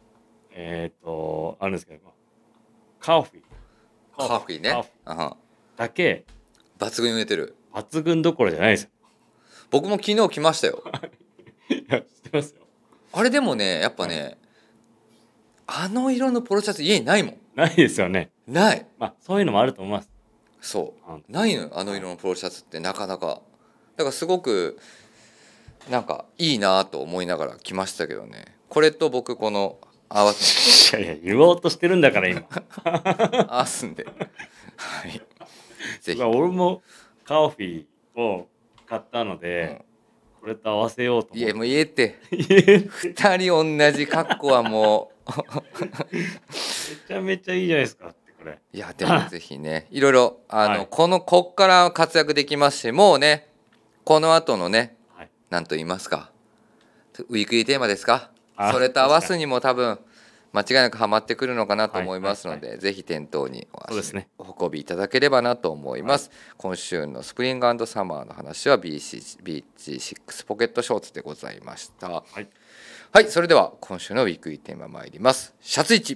あるんですけど、カーフィーカーフィーね。 カーフィーあはだけ抜群に売れてる。 抜群どころじゃないですよ。 僕も昨日来ましたよ。 いや、知ってますよ。 あれでもねやっぱね、あの色のポロシャツ家にないもん。 ないですよね。 ない。 まあそういうのもあると思います。 そうないのよ、あの色のポロシャツってなかなか。だからすごくなんかいいなと思いながら来ましたけどね。これと僕この合わせいやいや、言おうとしてるんだから今。 合わすんで、はいぜひ。 まあ俺もカーフィーを買ったので、これと合わせようと思って。 いやもう言えって言え 2人同じ格好はもめちゃめちゃいいじゃないですかってこれ。 いやでもぜひねいろいろはい、 こっから活躍できますし、もうねこの後のねはい、 何と言いますか、ウィークリーテーマですか、 あ、 それと合わすにも多分間違いなくハマってくるのかなと思いますので、 はぜひ店頭にそうですね。 お運びいただければなと思います、今週のスプリング&サマーの話は BC6 ポケットショーツでございました。 はい、 はい、それでは今週のウィークリーテーマ参ります。シャツ1。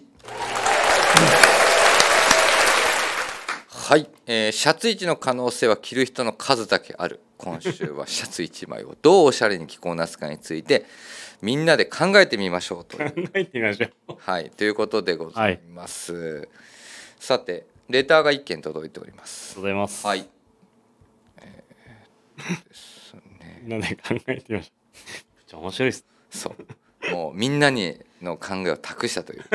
はい、シャツ1の可能性は着る人の数だけある。今週はシャツ1枚をどうおしゃれに着こなすかについてみんなで考えてみましょうという考えてみましょう。 はい、ということでございます、さてレターが1件届いておりまありがす。 とうございます。 はい。 ですね。みんなで考えてみましょう。めっちゃ面白いです。 そう。もうみんなにの考えを託したというと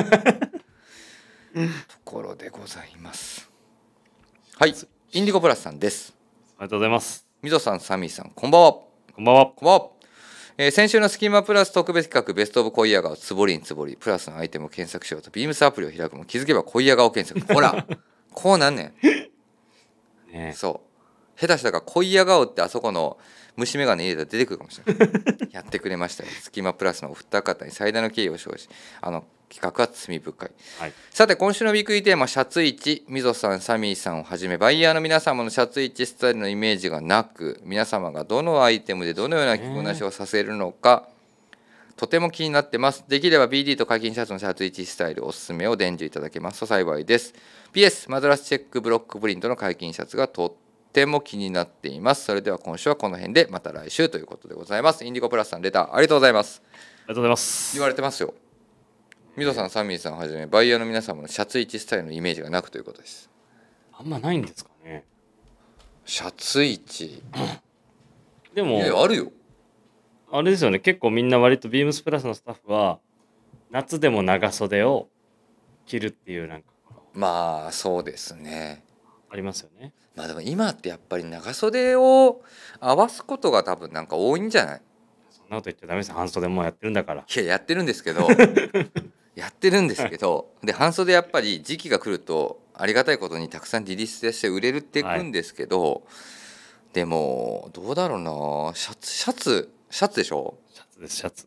ころでございます。はい。インディゴプラスさんです。 ありがとうございます。 みぞさん、サミーさん、こんばんは。 こんばんは。 こんばんは。先週のスキマプラス特別企画ベストオブ恋ヤガをつぼりにつぼりプラスのアイテムを検索しようとビームスアプリを開くも気づけば恋ヤガを検索。ほらこうなんねん、 ね、 そう下手したら恋ヤガをってあそこの虫眼鏡入れたら出てくるかもしれないやってくれましたよ。スキマプラスのお二方に最大の敬意を表し企画は罪深い、はい、さて今週のウィークリーテーマシャツイチ。みぞさん、サミーさんをはじめバイヤーの皆様のシャツイチスタイルのイメージがなく、皆様がどのアイテムでどのような着こなしをさせるのか、とても気になってます。できれば BD と解禁シャツのシャツイチスタイルおすすめを伝授いただけますと幸いです。 PS マドラスチェックブロックプリントの解禁シャツがとっても気になっています。それでは今週はこの辺でまた来週ということでございます。インディゴプラスさんレターありがとうございます。 ありがとうございます。 言われてますよ。みぞさん、サミーさんをはじめバイヤーの皆様のシャツイチスタイルのイメージがなくということです。 あんまないんですかね。 シャツイチでもいやあるよ。 あれですよね、結構みんな割とビームスプラスのスタッフは夏でも長袖を着るっていうなんかまあそうですね、 ありますよね。 まあでも今ってやっぱり長袖を合わすことが多分なんか多いんじゃない。 そんなこと言っちゃダメですよ、半袖もやってるんだから。 いややってるんですけどやってるんですけどで半袖やっぱり時期が来るとありがたいことにたくさんリリースして売れるっていくんですけど、はい、でもどうだろうな、シャツでしょ。 シャツです、シャツ。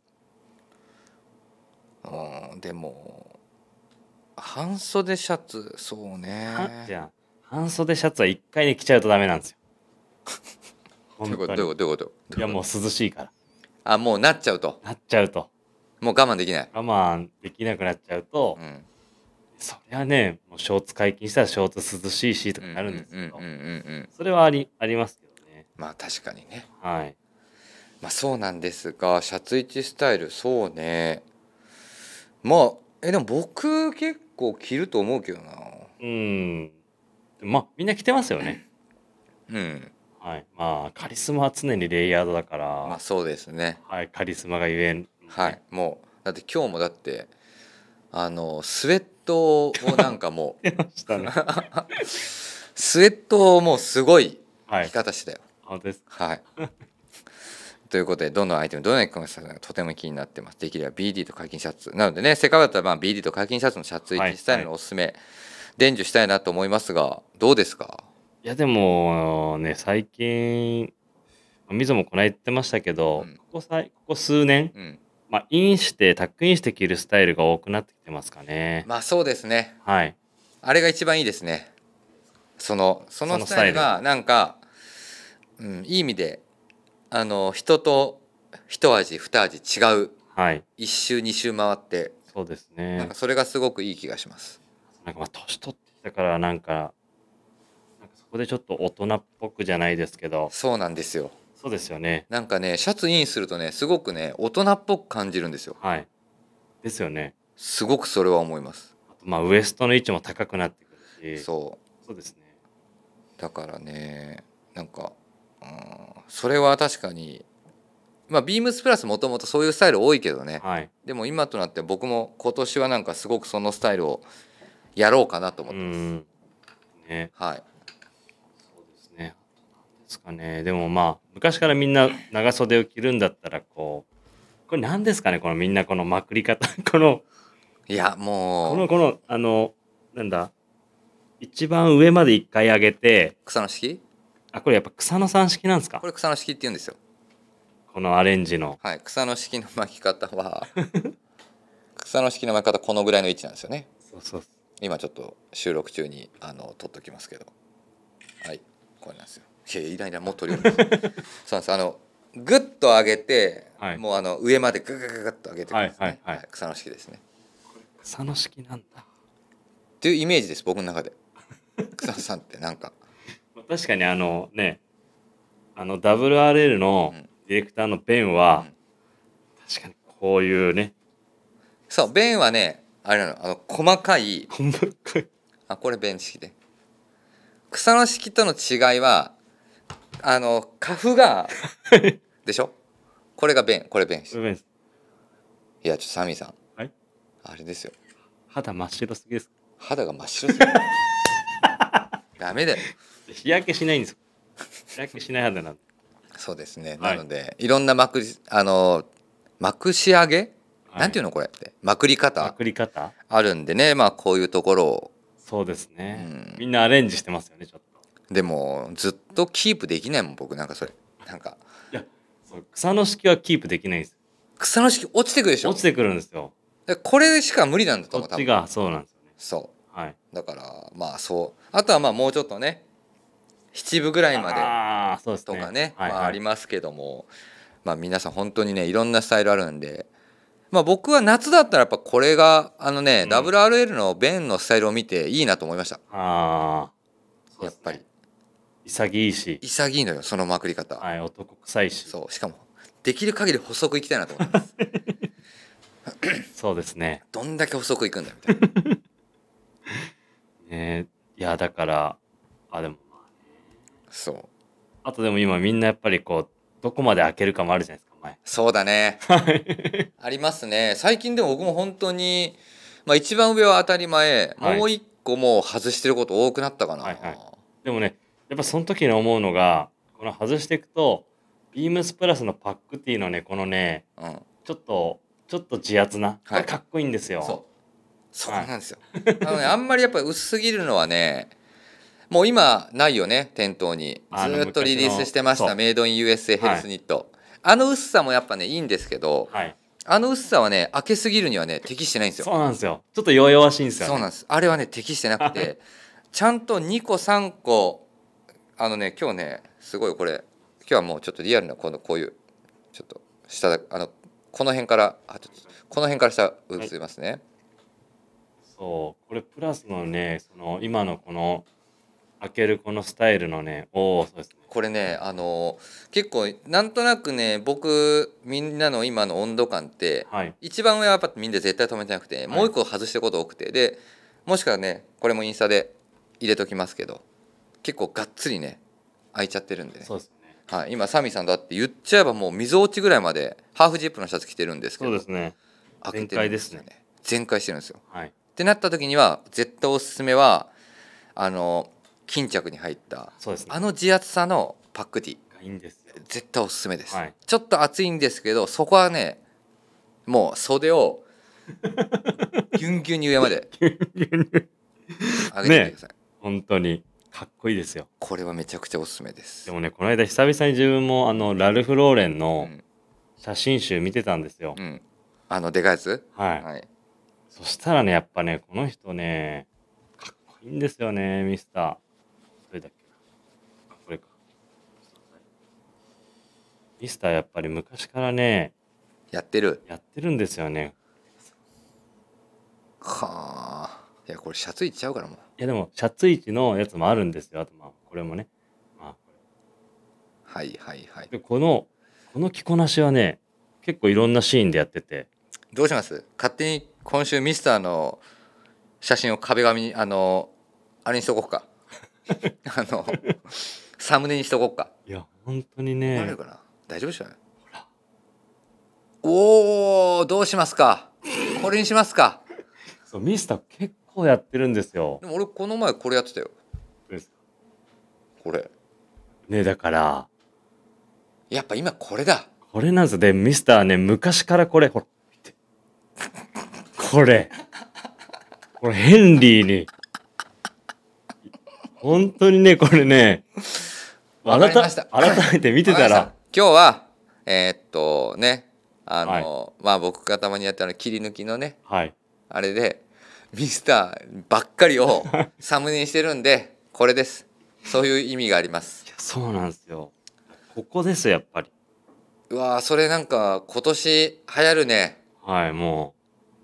でも半袖シャツそうね。 じゃあ半袖シャツは1回で着ちゃうとダメなんですよ。 どういうこと。 いやもう涼しいから。 あ、もうなっちゃうと。もう我慢できない。 我慢できなくなっちゃうと、そりゃね、もうショーツ解禁したらショーツ涼しいしとかなるんですけど、それはありますけどね。 まあ確かにね。 はい。 まあそうなんですが、シャツイチスタイルそうね。まあでも僕結構着ると思うけどな。 まあみんな着てますよね。 はい。 まあカリスマは常にレイヤードだから。 まあそうですね。 はい、カリスマがゆえん、ね。 はい。もうだって今日もだってスウェットをなんかもうスウェットをもうすごい着方してたよ。 本当です。 はい。ということでどのアイテムどのように着こなすかがとても気になってます。できれば BD と解禁シャツなのでね、せっかくだったらまあ BD と解禁シャツのシャツイチスタイルのおすすめ、伝授したいなと思いますがどうですか。 いやでもね、最近みぞもこの間言ってましたけど、ここ数年、まあタックインして着るスタイルが多くなってきてますかね。 まあそうですね。 はい。 あれが一番いいですね。そのスタイルがなんか、いい意味で人と一味二味違う、 はい、 一周二周回って、 そうですね。 なんかそれがすごくいい気がします。 なんかまあ年取ってきたからなんかそこでちょっと大人っぽくじゃないですけど。 そうなんですよ。 そうですよね。 なんかねシャツインするとねすごくね大人っぽく感じるんですよ。 はい。ですよね。 すごくそれは思います。 あとまあウエストの位置も高くなってくるし。 そうですね。 だからねなんか、それは確かにまあビームスプラスもともとそういうスタイル多いけどね、 はい、 でも今となって僕も今年はなんかすごくそのスタイルをやろうかなと思ってます。 ね、 はい。 そうですね。なんですかね。でもまあ昔からみんな長袖を着るんだったらこれ何ですかね、このみんなこのまくり方いやもうなんだ一番上まで一回上げて草の式、 これやっぱ草野さん式なんですか。 これ草の式って言うんですよ。 このアレンジの、 はい、草の式の巻き方は草の式の巻き方このぐらいの位置なんですよね。 そう今ちょっと収録中に撮っときますけど、はいこれなんですよ。いらもう取りそうなんです。グッと上げて、もう上までググググッと上げてくるんですね。草の式ですね。 草の式なんだっていうイメージです僕の中で。草野さんってなんか確かにねWRL のディレクターのベンは、確かにこういうね、 そうベンはねあれなの細かいこれベン式で草の敷との違いはカフがでしょ。これが便、これ便。 不便です。 いやちょっとサミーさん、 はい。 あれですよ。 肌真っ白すぎです。 肌が真っ白すぎる。ダメだよ。 日焼けしないんですよ。日焼けしない肌なんで。 そうですね。 はいなのでいろんなまくし上げ、 はいなんていうのこれってまくりま方くり方。 あるんでね、まあこういうところをそうですね。みんなアレンジしてますよね、ちょっと。 でもずっとキープできないもん僕なんかそれなんかいや、そう草の敷はキープできないんです。 草の敷落ちてくるでしょ。 落ちてくるんですよ。 でこれしか無理なんだと思う多分。 こっちがそうなんですよね。 そはい。 うだからまあそうあとはまあもうちょっとね七分ぐらいまでああ、そうですね。 とかね、 はい、 まあはい。 ありますけども、まあ皆さん本当にねいろんなスタイルあるんで、まあ僕は夏だったらやっぱこれがうん、 WRL のベンのスタイルを見ていいなと思いました。 ああ、そうですねやっぱり潔いし、 潔いのよそのまくり方。 はい、男臭いし。 そうしかもできる限り細くいきたいなと思います。 そうですね。 どんだけ細くいくんだみたいな。 いや、だから、でも、 そうあとでも今みんなやっぱりこう、どこまで開けるかもあるじゃないですか、前。 そうだね。ありますね。最近でも僕も本当に、まあ、一番上は当たり前、 はいもう一個もう外してること多くなったかな。 はいはい。でもね、やっぱその時に思うのが、この外していくと、ビームスプラスのパックティーのね、このね、 うん、 ちょっと自圧な、こはいれかっこいいんですよ。 そうなんですよ。あんまりやっぱり薄すぎるのはね、もう今ないよね店頭にずっとリリースしてましたメイドイン USA ヘルスニット、あの薄さもやっぱねいいんですけど、 はい。 あの薄さはね開けすぎるにはね適してないんですよ。 そうなんですよ。ちょっと弱々しいんですよね。 そうなんです。あれはね適してなくてちゃんと2個3個今日ねすごいこれ今日はもうちょっとリアルなこういうちょっと下この辺からこの辺から下映りますね、 そうこれプラスのね、その今のこの開けるこのスタイルのね、そうですね。 これね結構なんとなくね僕みんなの今の温度感って、 はい。 一番上はやっぱみんな絶対止めてなくて、もう一個外してること多くてでもしくはねこれもインスタで入れときますけど結構がっつりね開いちゃってるんでね。 そうですね。 はい、今サミさんだって言っちゃえばもう溝落ちぐらいまでハーフジップのシャツ着てるんですけど、 そうですね。 開けてるんですよね。全開してるんですよ。 はい。 ってなった時には絶対おすすめは巾着に入ったそうですね。 自圧さのパックティーいいんですよ。 絶対おすすめです、 はい。 ちょっと暑いんですけどそこはねもう袖をギュンギュンに上まで上げてみてください、 本当にかっこいいですよ。 これはめちゃくちゃおすすめです。 でもね、この間久々に自分もラルフ・ローレンうのん、 写真集見てたんですよ。 うん、でかいやつはい。 はい、 そしたらね、やっぱね、この人ね、かっこいいんですよね、ミスター。どれだっけな。これか。ミスターやっぱり昔からね、 やってるやってるんですよね。 はあ。いやこれシャツいっちゃうからもう。 いやでも、シャツ位置のやつもあるんですよ。あとまあ、これもね。まあ、 はいはいはい。 で、この着こなしはね、結構いろんなシーンでやってて。 どうします？勝手に今週ミスターの写真を壁紙にあれにしとこうか。サムネにしとこうか。 いや、本当になね。 るかな。大丈夫でしょうね。おおどうしますか。これにしますか。 そう、ミスター結構やってるんですよ。 でも俺この前これやってたよ。これ。 ね、だから。 やっぱ今これだ。 これなんですよ。で、ミスターね、昔からこれ、ほら、見て。これヘンリーに。本当にね、これね、 わかりました。 改めて見てたら。 今日は、ね、まあ僕がたまにやった切り抜きのね、 はい。 あれで、ミスターばっかりをサムネにしてるんで、これです。そういう意味があります。 いや、そうなんですよ。ここですやっぱり。 うわーそれなんか今年流行るね。 はい、も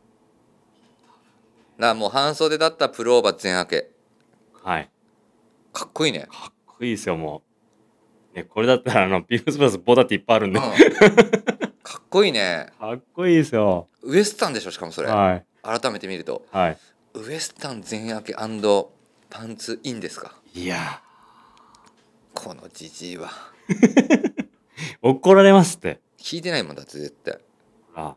もう半袖だったプルオーバー全開け。 う。はい。 かっこいいね。 かっこいいですよ、もう。ね、これだったらビームスプラスボタっていっぱいあるんで。 かっこいいね。 かっこいいですよ。 ウエスタンでしょしかもそれ。 はい。 改めて見ると。 はい。 ウエスタン全開けパンツいいんですか？ いやこのじじいは怒られますって。 聞いてないもんだって絶対。 あ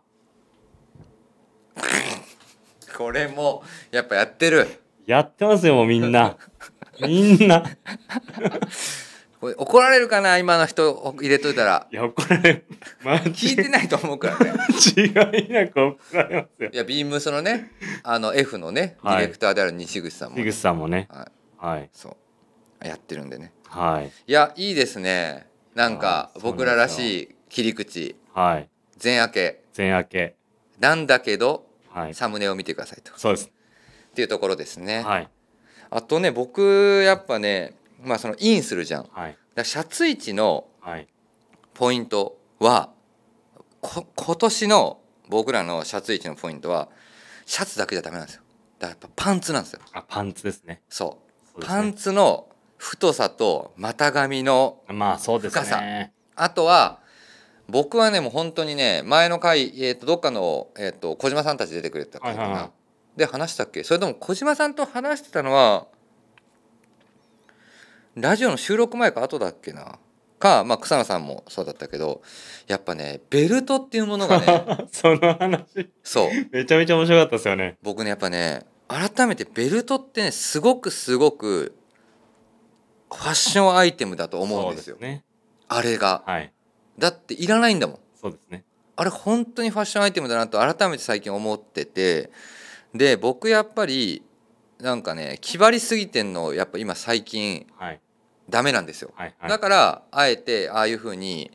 これもやっぱやってる。 やってますよもうみんなみんなこれ怒られるかな、今の人入れといたら。 いや怒られる聞いてないと思うからね。 違いなく怒られますよ。 いやビームスのねF のねディレクターである西口さんも、 樋口さんもね、 はいはいそうやってるんでね。 はいいやいいですね。なんかはい僕ららしい切り口、 はい全明け全明け、 なんだけど、 はいサムネを見てくださいとそうです。 っていうところですね。 はいあとね僕やっぱねまあそのインするじゃん。だかはいらシャツ位置のはいポイントは今年の僕らのシャツ位置のポイントはシャツだけじゃダメなんですよ。だからやっぱパンツなんですよ。 パンツですね。 そうそうですねパンツの太さと股上のまあそうです深さ、 ね。 あとは僕はねもう本当にね前の回、どっかの、小島さんたち出てくれた回かな、 はいはいはいで話したっけ。それとも小島さんと話してたのはラジオの収録前か後だっけなか、まあ、草野さんもそうだったけどやっぱねベルトっていうものがねその話そうめちゃめちゃ面白かったですよね。 僕ねやっぱね改めてベルトってねすごくファッションアイテムだと思うんですよ。 そうね。 あれがはい。 だっていらないんだもん。 そうですね。 あれ本当にファッションアイテムだなと改めて最近思ってて、で僕やっぱりなんかね気張りすぎてんのやっぱ今最近はいダメなんですよ。 はいはい。 だからあえてああいう風に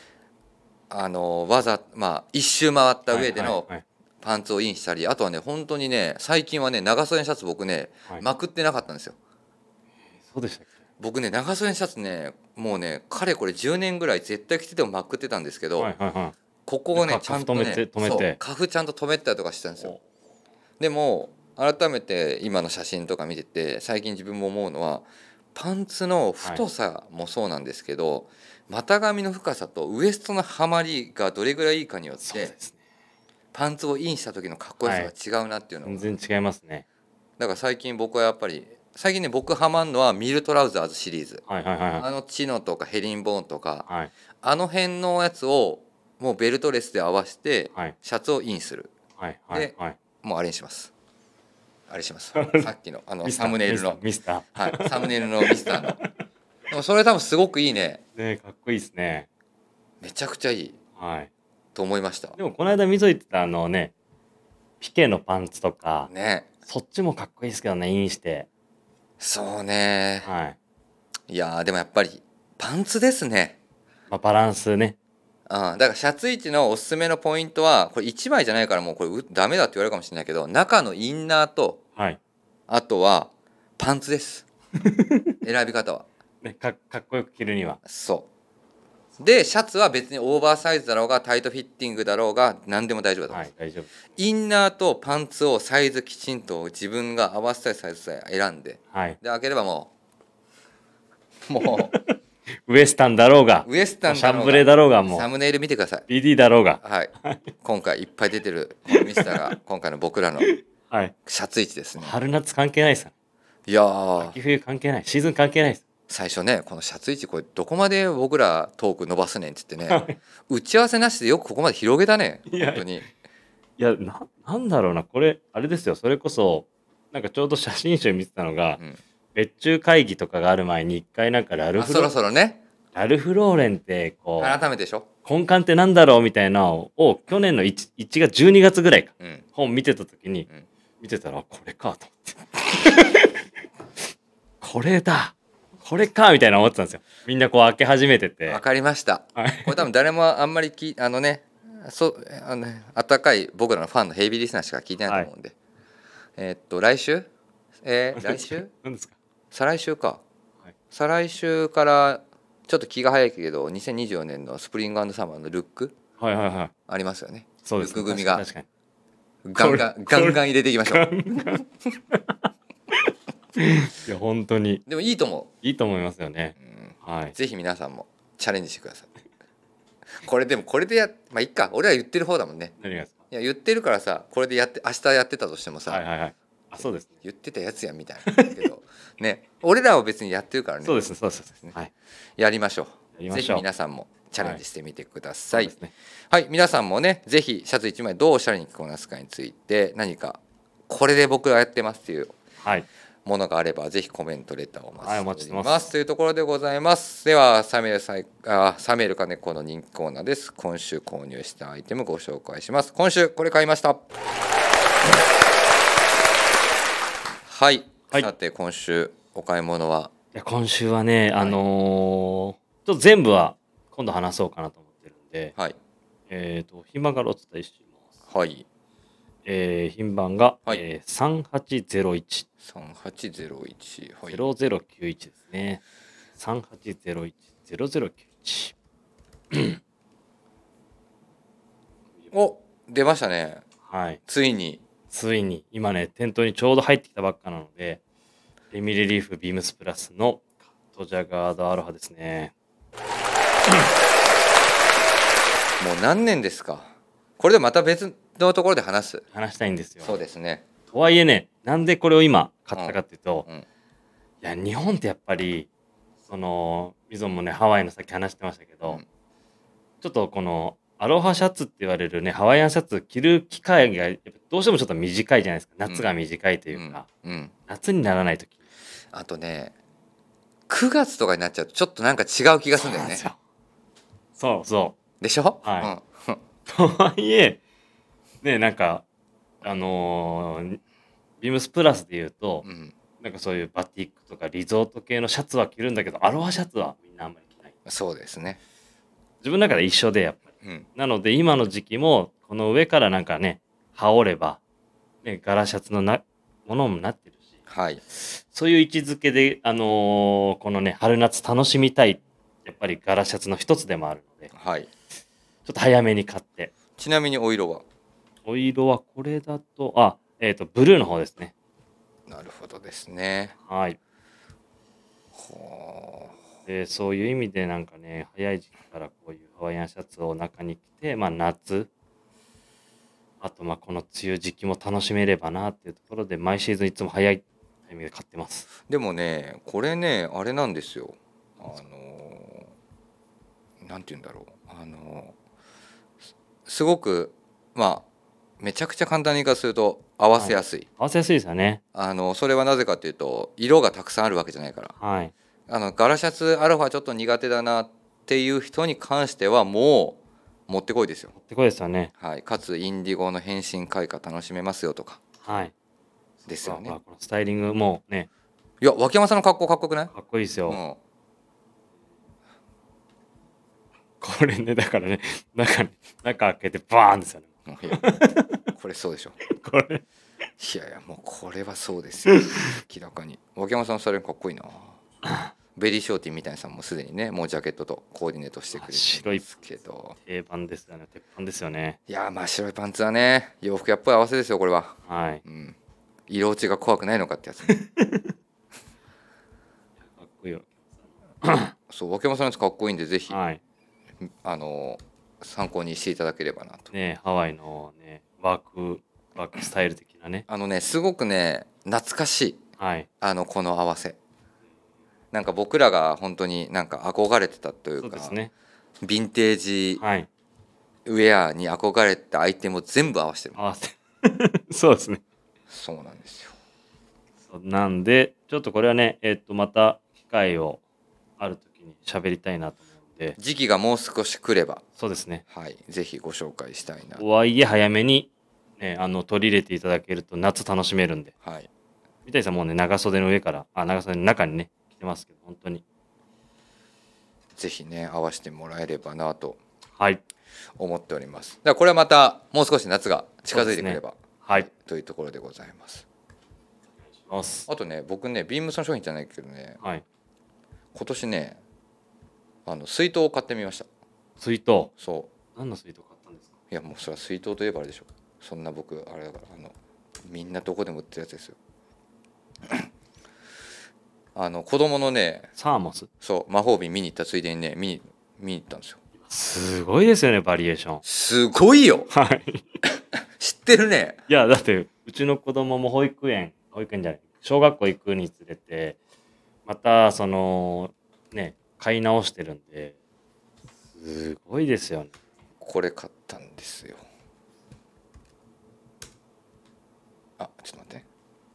まあ一周回った上でのはいはいパンツをインしたり、あとはね本当にね最近はね長袖シャツ僕ねはいまくってなかったんですよ。 そうでしたっけ。 僕ね長袖シャツねもうねかれこれ10年ぐらい絶対着ててもまくってたんですけど、 はいはいはい。 ここをねカフちゃんとね止めてそうカフちゃんと止めてたりとかしてたんですよ。でも改めて今の写真とか見てて最近自分も思うのはパンツの太さもそうなんですけど、股上の深さとウエストのはまりがどれぐらいいいかによってそうですね。 パンツをインした時のかっこよさが違うなっていうのを、 全然違いますね。 だから最近僕はやっぱり最近ね僕ハマるのはミルトラウザーズシリーズ、 はいはいはいチノとかヘリンボーンとかはいあの辺のやつをもうベルトレスで合わせてはいシャツをインする、 はいはいはい。 もうあれにしますあれしますさっきのミスターサムネイルのミスター。 はい、サムネイルのミスターのでもそれ多分すごくいいね。 ねかっこいいですね。 めちゃくちゃいいはい。 と思いましたでもこの間みぞ言ってたねピケのパンツとかね。 そっちもかっこいいですけどねインして。 そうね、 はい。 いやーでもやっぱりパンツですね。 まあバランスね。 だからシャツ位置のおすすめのポイントはこれ1枚じゃないからもうこれダメだって言われるかもしれないけど中のインナーとはい。 あとはパンツです選び方はねかっこよく着るには。 そうでシャツは別にオーバーサイズだろうがタイトフィッティングだろうが何でも大丈夫だと思います、 はい大丈夫。 インナーとパンツをサイズきちんと自分が合わせたいサイズさえ選んではい。 で開ければもうウエスタンだろうがウエスタンシャンブレだろうがもうサムネイル見てください。 BD だろうが。 はい今回いっぱい出てるこのミスターが今回の僕らのはい。 シャツ位置ですね。 春夏関係ないですよ。 いやー秋冬関係ない。シーズン関係ないです。 最初ねこのシャツ位置これどこまで僕らトーク伸ばすねんっつってね打ち合わせなしでよくここまで広げたねいや本当に。 いやなんだろうなこれあれですよ。それこそなんかちょうど写真集見てたのが、 うん別注会議とかがある前に一回なんかラルそろそろねラルフローレンってこう改めてでしょ。 根幹ってなんだろうみたいなのを去年の 1月12月ぐらいかうん本見てた時に、 うん見てたらこれかと思ってこれだこれかみたいな思ってたんですよ。みんなこう開け始めてて。 わかりました。 はいこれ多分誰もあんまり温かい僕らのファンのヘイビーリスナーしか聞いてないと思うんで、来週来週何ですか。 再来週か、 はい、 再来週からちょっと気が早いけど2024年のスプリングサマーのルックはいはいはい。 ありますよね。 そうですね。 ルック組が確かに。 ガンガン入れていきましょう。 いや本当にでもいいと思いいと思いますよね。 う、 はい。 ぜひ皆さんもチャレンジしてください。これでまあいっか俺は言ってる方だもんね。 何がですか。 いや言ってるからさこれでやって明日やってたとしてもさ、 はいはいはい。 あ、そうですね。 言ってたやつやみたいなんですけどね、俺らは別にやってるからね。 そうですね、そうですね。はい。 やりましょう。ぜひやりましょう。 皆さんもチャレンジしてみてください。 そうですね。 はい、皆さんもね、ぜひシャツ1枚どうおしゃれに着こなすかについて、何かこれで僕がやってますっていうはい。 ものがあれば、ぜひコメントレターをおはい、お待ちしてており待ちします。 ますというところでございます。ではサミュエル金子の人気コーナーです。今週購入したアイテムご紹介します。今週これ買いました。はい、 はいさて今週お買い物は、 いや、今週はね、 はいちょっと全部は今度話そうかなと思ってるんで、 はい品番からお伝えします。 はい品番が、 はい 3801、 3801、はい、 0091ですね。3801、0091。 お、出ましたね。 はい。 ついに。 ついに、今ね、店頭にちょうど入ってきたばっかなので、レミレリーフビームスプラスのカットジャガードアロハですね。 もう何年ですか。これでまた別のところで話す。 話したいんですよ。 そうですね。 とはいえね、なんでこれを今買ったかっていうと、 うん、 いや、日本ってやっぱり、ミゾンもね、ハワイのさっき話してましたけど、ちょっとこの、アロハシャツって言われるね、ハワイアンシャツ着る機会が、やっぱどうしてもちょっと短いじゃないですか。夏が短いというか、夏にならないとき。 あとね、9月とかになっちゃうとちょっとなんか違う気がするんだよね。 そうそでしょ。 はい。とはいえ、ね、なんか、ビームスプラスで言うと、なんかそういうバティックとかリゾート系のシャツは着るんだけど、アロハシャツはみんなあんまり着ない。 そうですね。 自分の中で一緒でやっぱり。なので今の時期もこの上からなんかね、羽織れば、ね、柄シャツのものもなってるし、 はい、 そういう位置づけで、このね、春夏楽しみたい、やっぱり柄シャツの一つでもあるので、 はい、 ちょっと早めに買って。 ちなみにお色は？ お色はこれだと、ブルーの方ですね。 なるほどですね。 はい。 はで、そういう意味でなんかね、早い時期からこういうハワイアンシャツを中に着て、まあ夏、あとまあこの梅雨時期も楽しめればなっていうところで、毎シーズンいつも早いタイミングで買ってます。 でもね、これね、あれなんですよ。なんて言うんだろう。すごくまあめちゃくちゃ簡単に言い方すると合わせやすい。 合わせやすいですよね。 それはなぜかというと色がたくさんあるわけじゃないから。 はい。 柄シャツアロハちょっと苦手だなっていう人に関してはもうもってこいですよ。 もってこいですよね。 はい。かつインディゴの変身開花楽しめますよとか。 はい。 ですよね。 このスタイリングもね。 いや、脇山さんの格好かっこよくない？ かっこいいですよ。これね、だからね、中開けてバーンですよね。 これそうでしょ。 これ。 いやいや、もうこれはそうですよ。明らかに。脇山さんのスタイルかっこいいな。ベリーショーティーみたいなさんもすでにね、もうジャケットとコーディネートしてくれてますけど。 定番ですよね。鉄板ですよね。 いや、まあ白いパンツはね、洋服やっぱり合わせですよ、これは。 はい。 色落ちが怖くないのかってやつ、ね。 かっこいいよ。 そう、脇山さんのやつかっこいいんで、ぜひ。 はい。 参考にしていただければなと。 ね、ハワイのね、ワークスタイル的なね。 すごくね、懐かしい。 はい。 この合わせ。なんか僕らが本当になんか憧れてたというか、 そうですね。 ヴィンテージウェアに憧れたアイテムを全部合わせてる。 合わせそうですね。 そうなんですよ。 なんで、ちょっとこれはね、また機会をある時に喋りたいなと思うんで。 時期がもう少し来れば。 そうですね。 はい。ぜひご紹介したいな。 とはいえ早めに、ね、取り入れていただけると夏楽しめるんで。 はい。 三谷さんもうね、長袖の上から、長袖の中にね、着てますけど、本当に。 ぜひね、合わせてもらえればなと。 はい。 思っております。だからこれはまたもう少し夏が近づいてくれば、 はい、 というところでございます。 お願いします。 あとね、僕ね、ビームスの商品じゃないけどね、 はい、 今年ね、水筒を買ってみました。 水筒？ そう。 何の水筒買ったんですか？ いや、もうそれは水筒といえばあれでしょ。そんな僕あれだから、みんなどこでも売ってるやつですよ。子供のね、 サーモス？ そう、魔法瓶見に行ったついでにね、見に行ったんですよ。 すごいですよね、バリエーション。 すごいよ。 はい。 知ってるね。 いや、だってうちの子供も保育園保育園じゃない、小学校行くにつれて、またそのね、買い直してるんで、すごいですよね。 これ買ったんですよ。あ、ちょっと待って。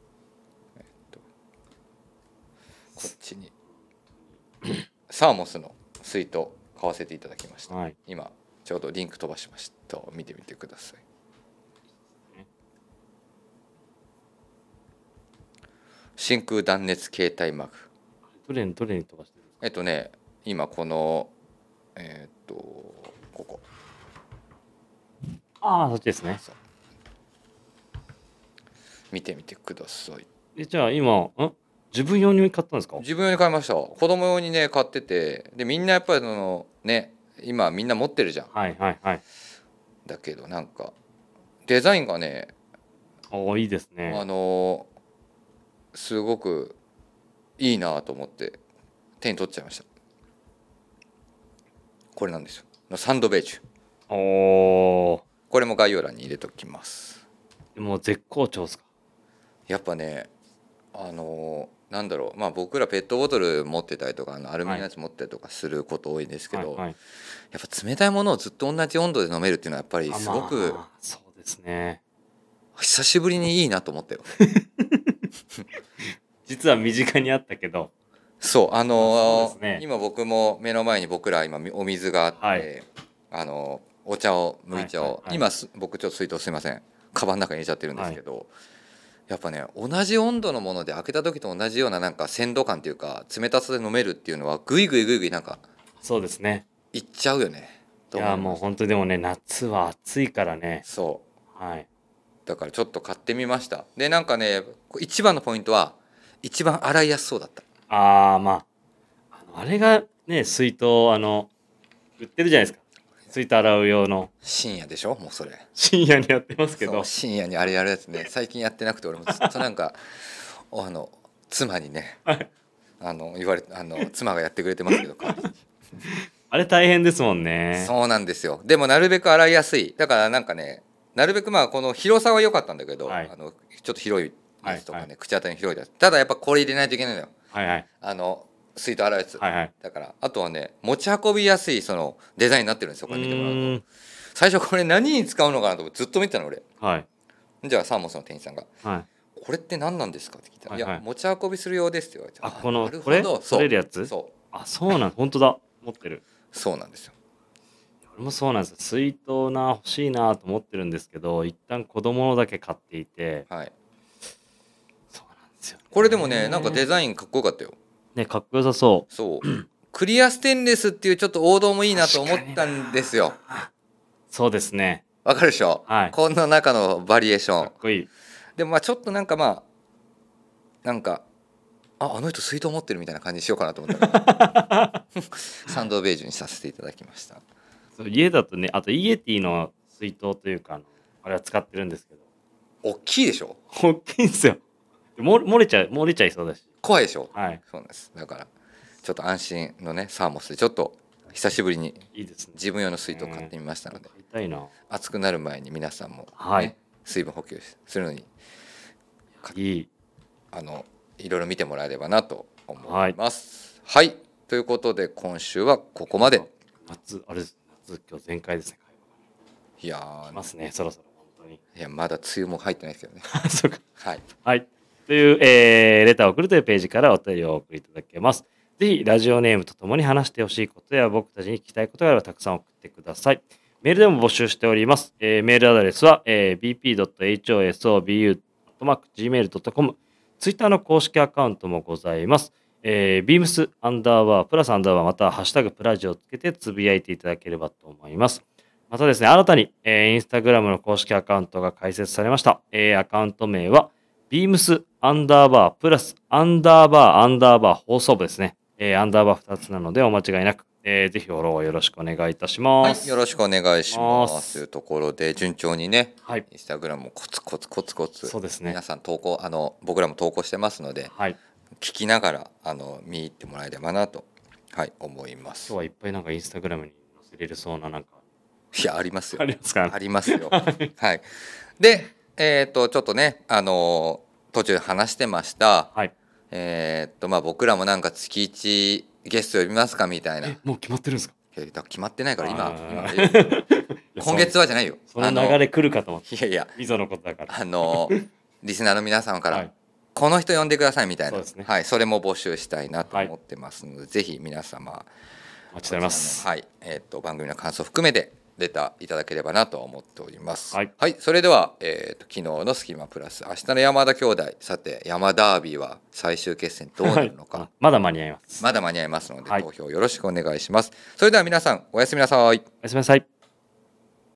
こっちにサーモスの水筒買わせていただきました。 はい、 今ちょうどリンク飛ばしました。見てみてください。真空断熱携帯マグ。 どれに飛ばしてるんですか？ 今このここ。 ああ、そっちですね。 見てみてください。 じゃあ今自分用に買ったんですか？ 自分用に買いました。子供用にね買ってて、でみんなやっぱり今みんな持ってるじゃん。 はいはいはい。 だけどなんかデザインがね、 いいですね。 すごくいいなと思って手に取っちゃいました。これなんですよ。サンドベージュ。これも概要欄に入れときます。 もう絶好調ですか？ やっぱね、なんだろう、まあ僕らペットボトル持ってたりとかアルミのやつ持ってたりとかすること多いんですけど、やっぱ冷たいものをずっと同じ温度で飲めるっていうのはやっぱりすごく、 そうですね、 久しぶりにいいなと思ったよ。 実は身近にあったけど、 そう今僕も目の前に僕ら今お水があって、お茶を麦茶を、今僕ちょっと水筒すいません、カバンの中に入れちゃってるんですけど、やっぱね同じ温度のもので開けた時と同じようななんか鮮度感っていうか冷たさで飲めるっていうのはグイグイなんかそうですね、 いっちゃうよね。 いやもう本当でもね、夏は暑いからね。 だからちょっと買ってみました。でなんかね、一番のポイントは一番洗いやすそうだった。 あれがね、水筒売ってるじゃないですか、水筒洗う用の。 深夜でしょ、もうそれ深夜にやってますけど、 深夜にあれやるやつね、最近やってなくて俺もずっとなんか妻にね言われ妻がやってくれてますけどあれ大変ですもんね。 そうなんですよ。でもなるべく洗いやすい。だからなんかね、なるべくこの広さは良かったんだけど、ちょっと広いやつとかね、口当たりに広いやつ。ただやっぱこれ入れないといけないのよ。水筒洗うやつ。だからあとはね、持ち運びやすいそのデザインになってるんですよ。これ見てもらうと。最初これ何に使うのかなとずっと見てたの俺。じゃあサーモスの店員さんが、これって何なんですかって聞いたら、いや持ち運びする用ですって言われて、 これ取れるやつ？そうなん、本当だ、持ってる。 そうなんですよ。 俺もそうなんですよ。水筒欲しいなと思ってるんですけど、一旦子供のだけ買っていて、そうなんですよね。 これでもね、なんかデザインかっこよかったよね、かっこよさそう。 クリアステンレスっていうちょっと王道もいいなと思ったんですよ。 そうですね。 わかるでしょ、この中のバリエーション。 かっこいい。 でもちょっとなんかあの人水筒持ってるみたいな感じにしようかなと思ったらサンドベージュにさせていただきました。 家だとね、あとイエティの水筒というかあれは使ってるんですけど、 大きいでしょ。 大きいんですよ。漏れちゃいそうだし怖いでしょ。そうなんです。だからちょっと安心のねサーモスでちょっと久しぶりに自分用の水筒を買ってみましたので、暑くなる前に皆さんも、水分補給するのにいろいろ見てもらえればなと思います。ということで今週はここまで。 夏今日全開ですね。 いやますね、そろそろ本当に。 いやまだ梅雨も入ってないですけどね。 そうか。という、レターを送るというページからお便りをお送りいただけます。ぜひラジオネームとともに話してほしいことや僕たちに聞きたいことがあればたくさん送ってください。メールでも募集しております。メールアドレスは、bp.hosobu@gmail.com、ツイッターの公式アカウントもございます。beams_+_ またはハッシュタグプラジをつけてつぶやいていただければと思います。またですね、新たに、インスタグラムの公式アカウントが開設されました。アカウント名はbeams_++ 放送部ですね。アンダーバー2つなのでお間違いなく、ぜひフォローよろしくお願いいたします。 よろしくお願いしますというところで順調にね、インスタグラムもコツコツそうですね、 皆さん投稿僕らも投稿してますので、聞きながら見入ってもらえればなと、思います。 今日はいっぱいなんかインスタグラムに載せれるそうななんか、 いやありますよ。 ありますか？ ありますよ。でちょっとね途中話してました、 はい。 僕らもなんか月1ゲスト呼びますかみたいな。 もう決まってるんですか？ いやだから決まってないから今いや今月はじゃないよ。 その流れ来るかと思って。 いやいや溝のことだから。 リスナーの皆様から、 はい、 この人呼んでくださいみたいな、 そうですね、 はい、それも募集したいなと思ってますので、ぜひ皆様お待ちしております。 はい、番組の感想含めてレターいただければなと思っております。 はい、 はい、それでは、昨日のスキマプラス明日の山田兄弟、さて山ダービーは最終決戦どうなるのか、 はい、まだ間に合います。 まだ間に合いますので、 はい、 投票よろしくお願いします。それでは皆さんおやすみなさい。 おやすみなさい。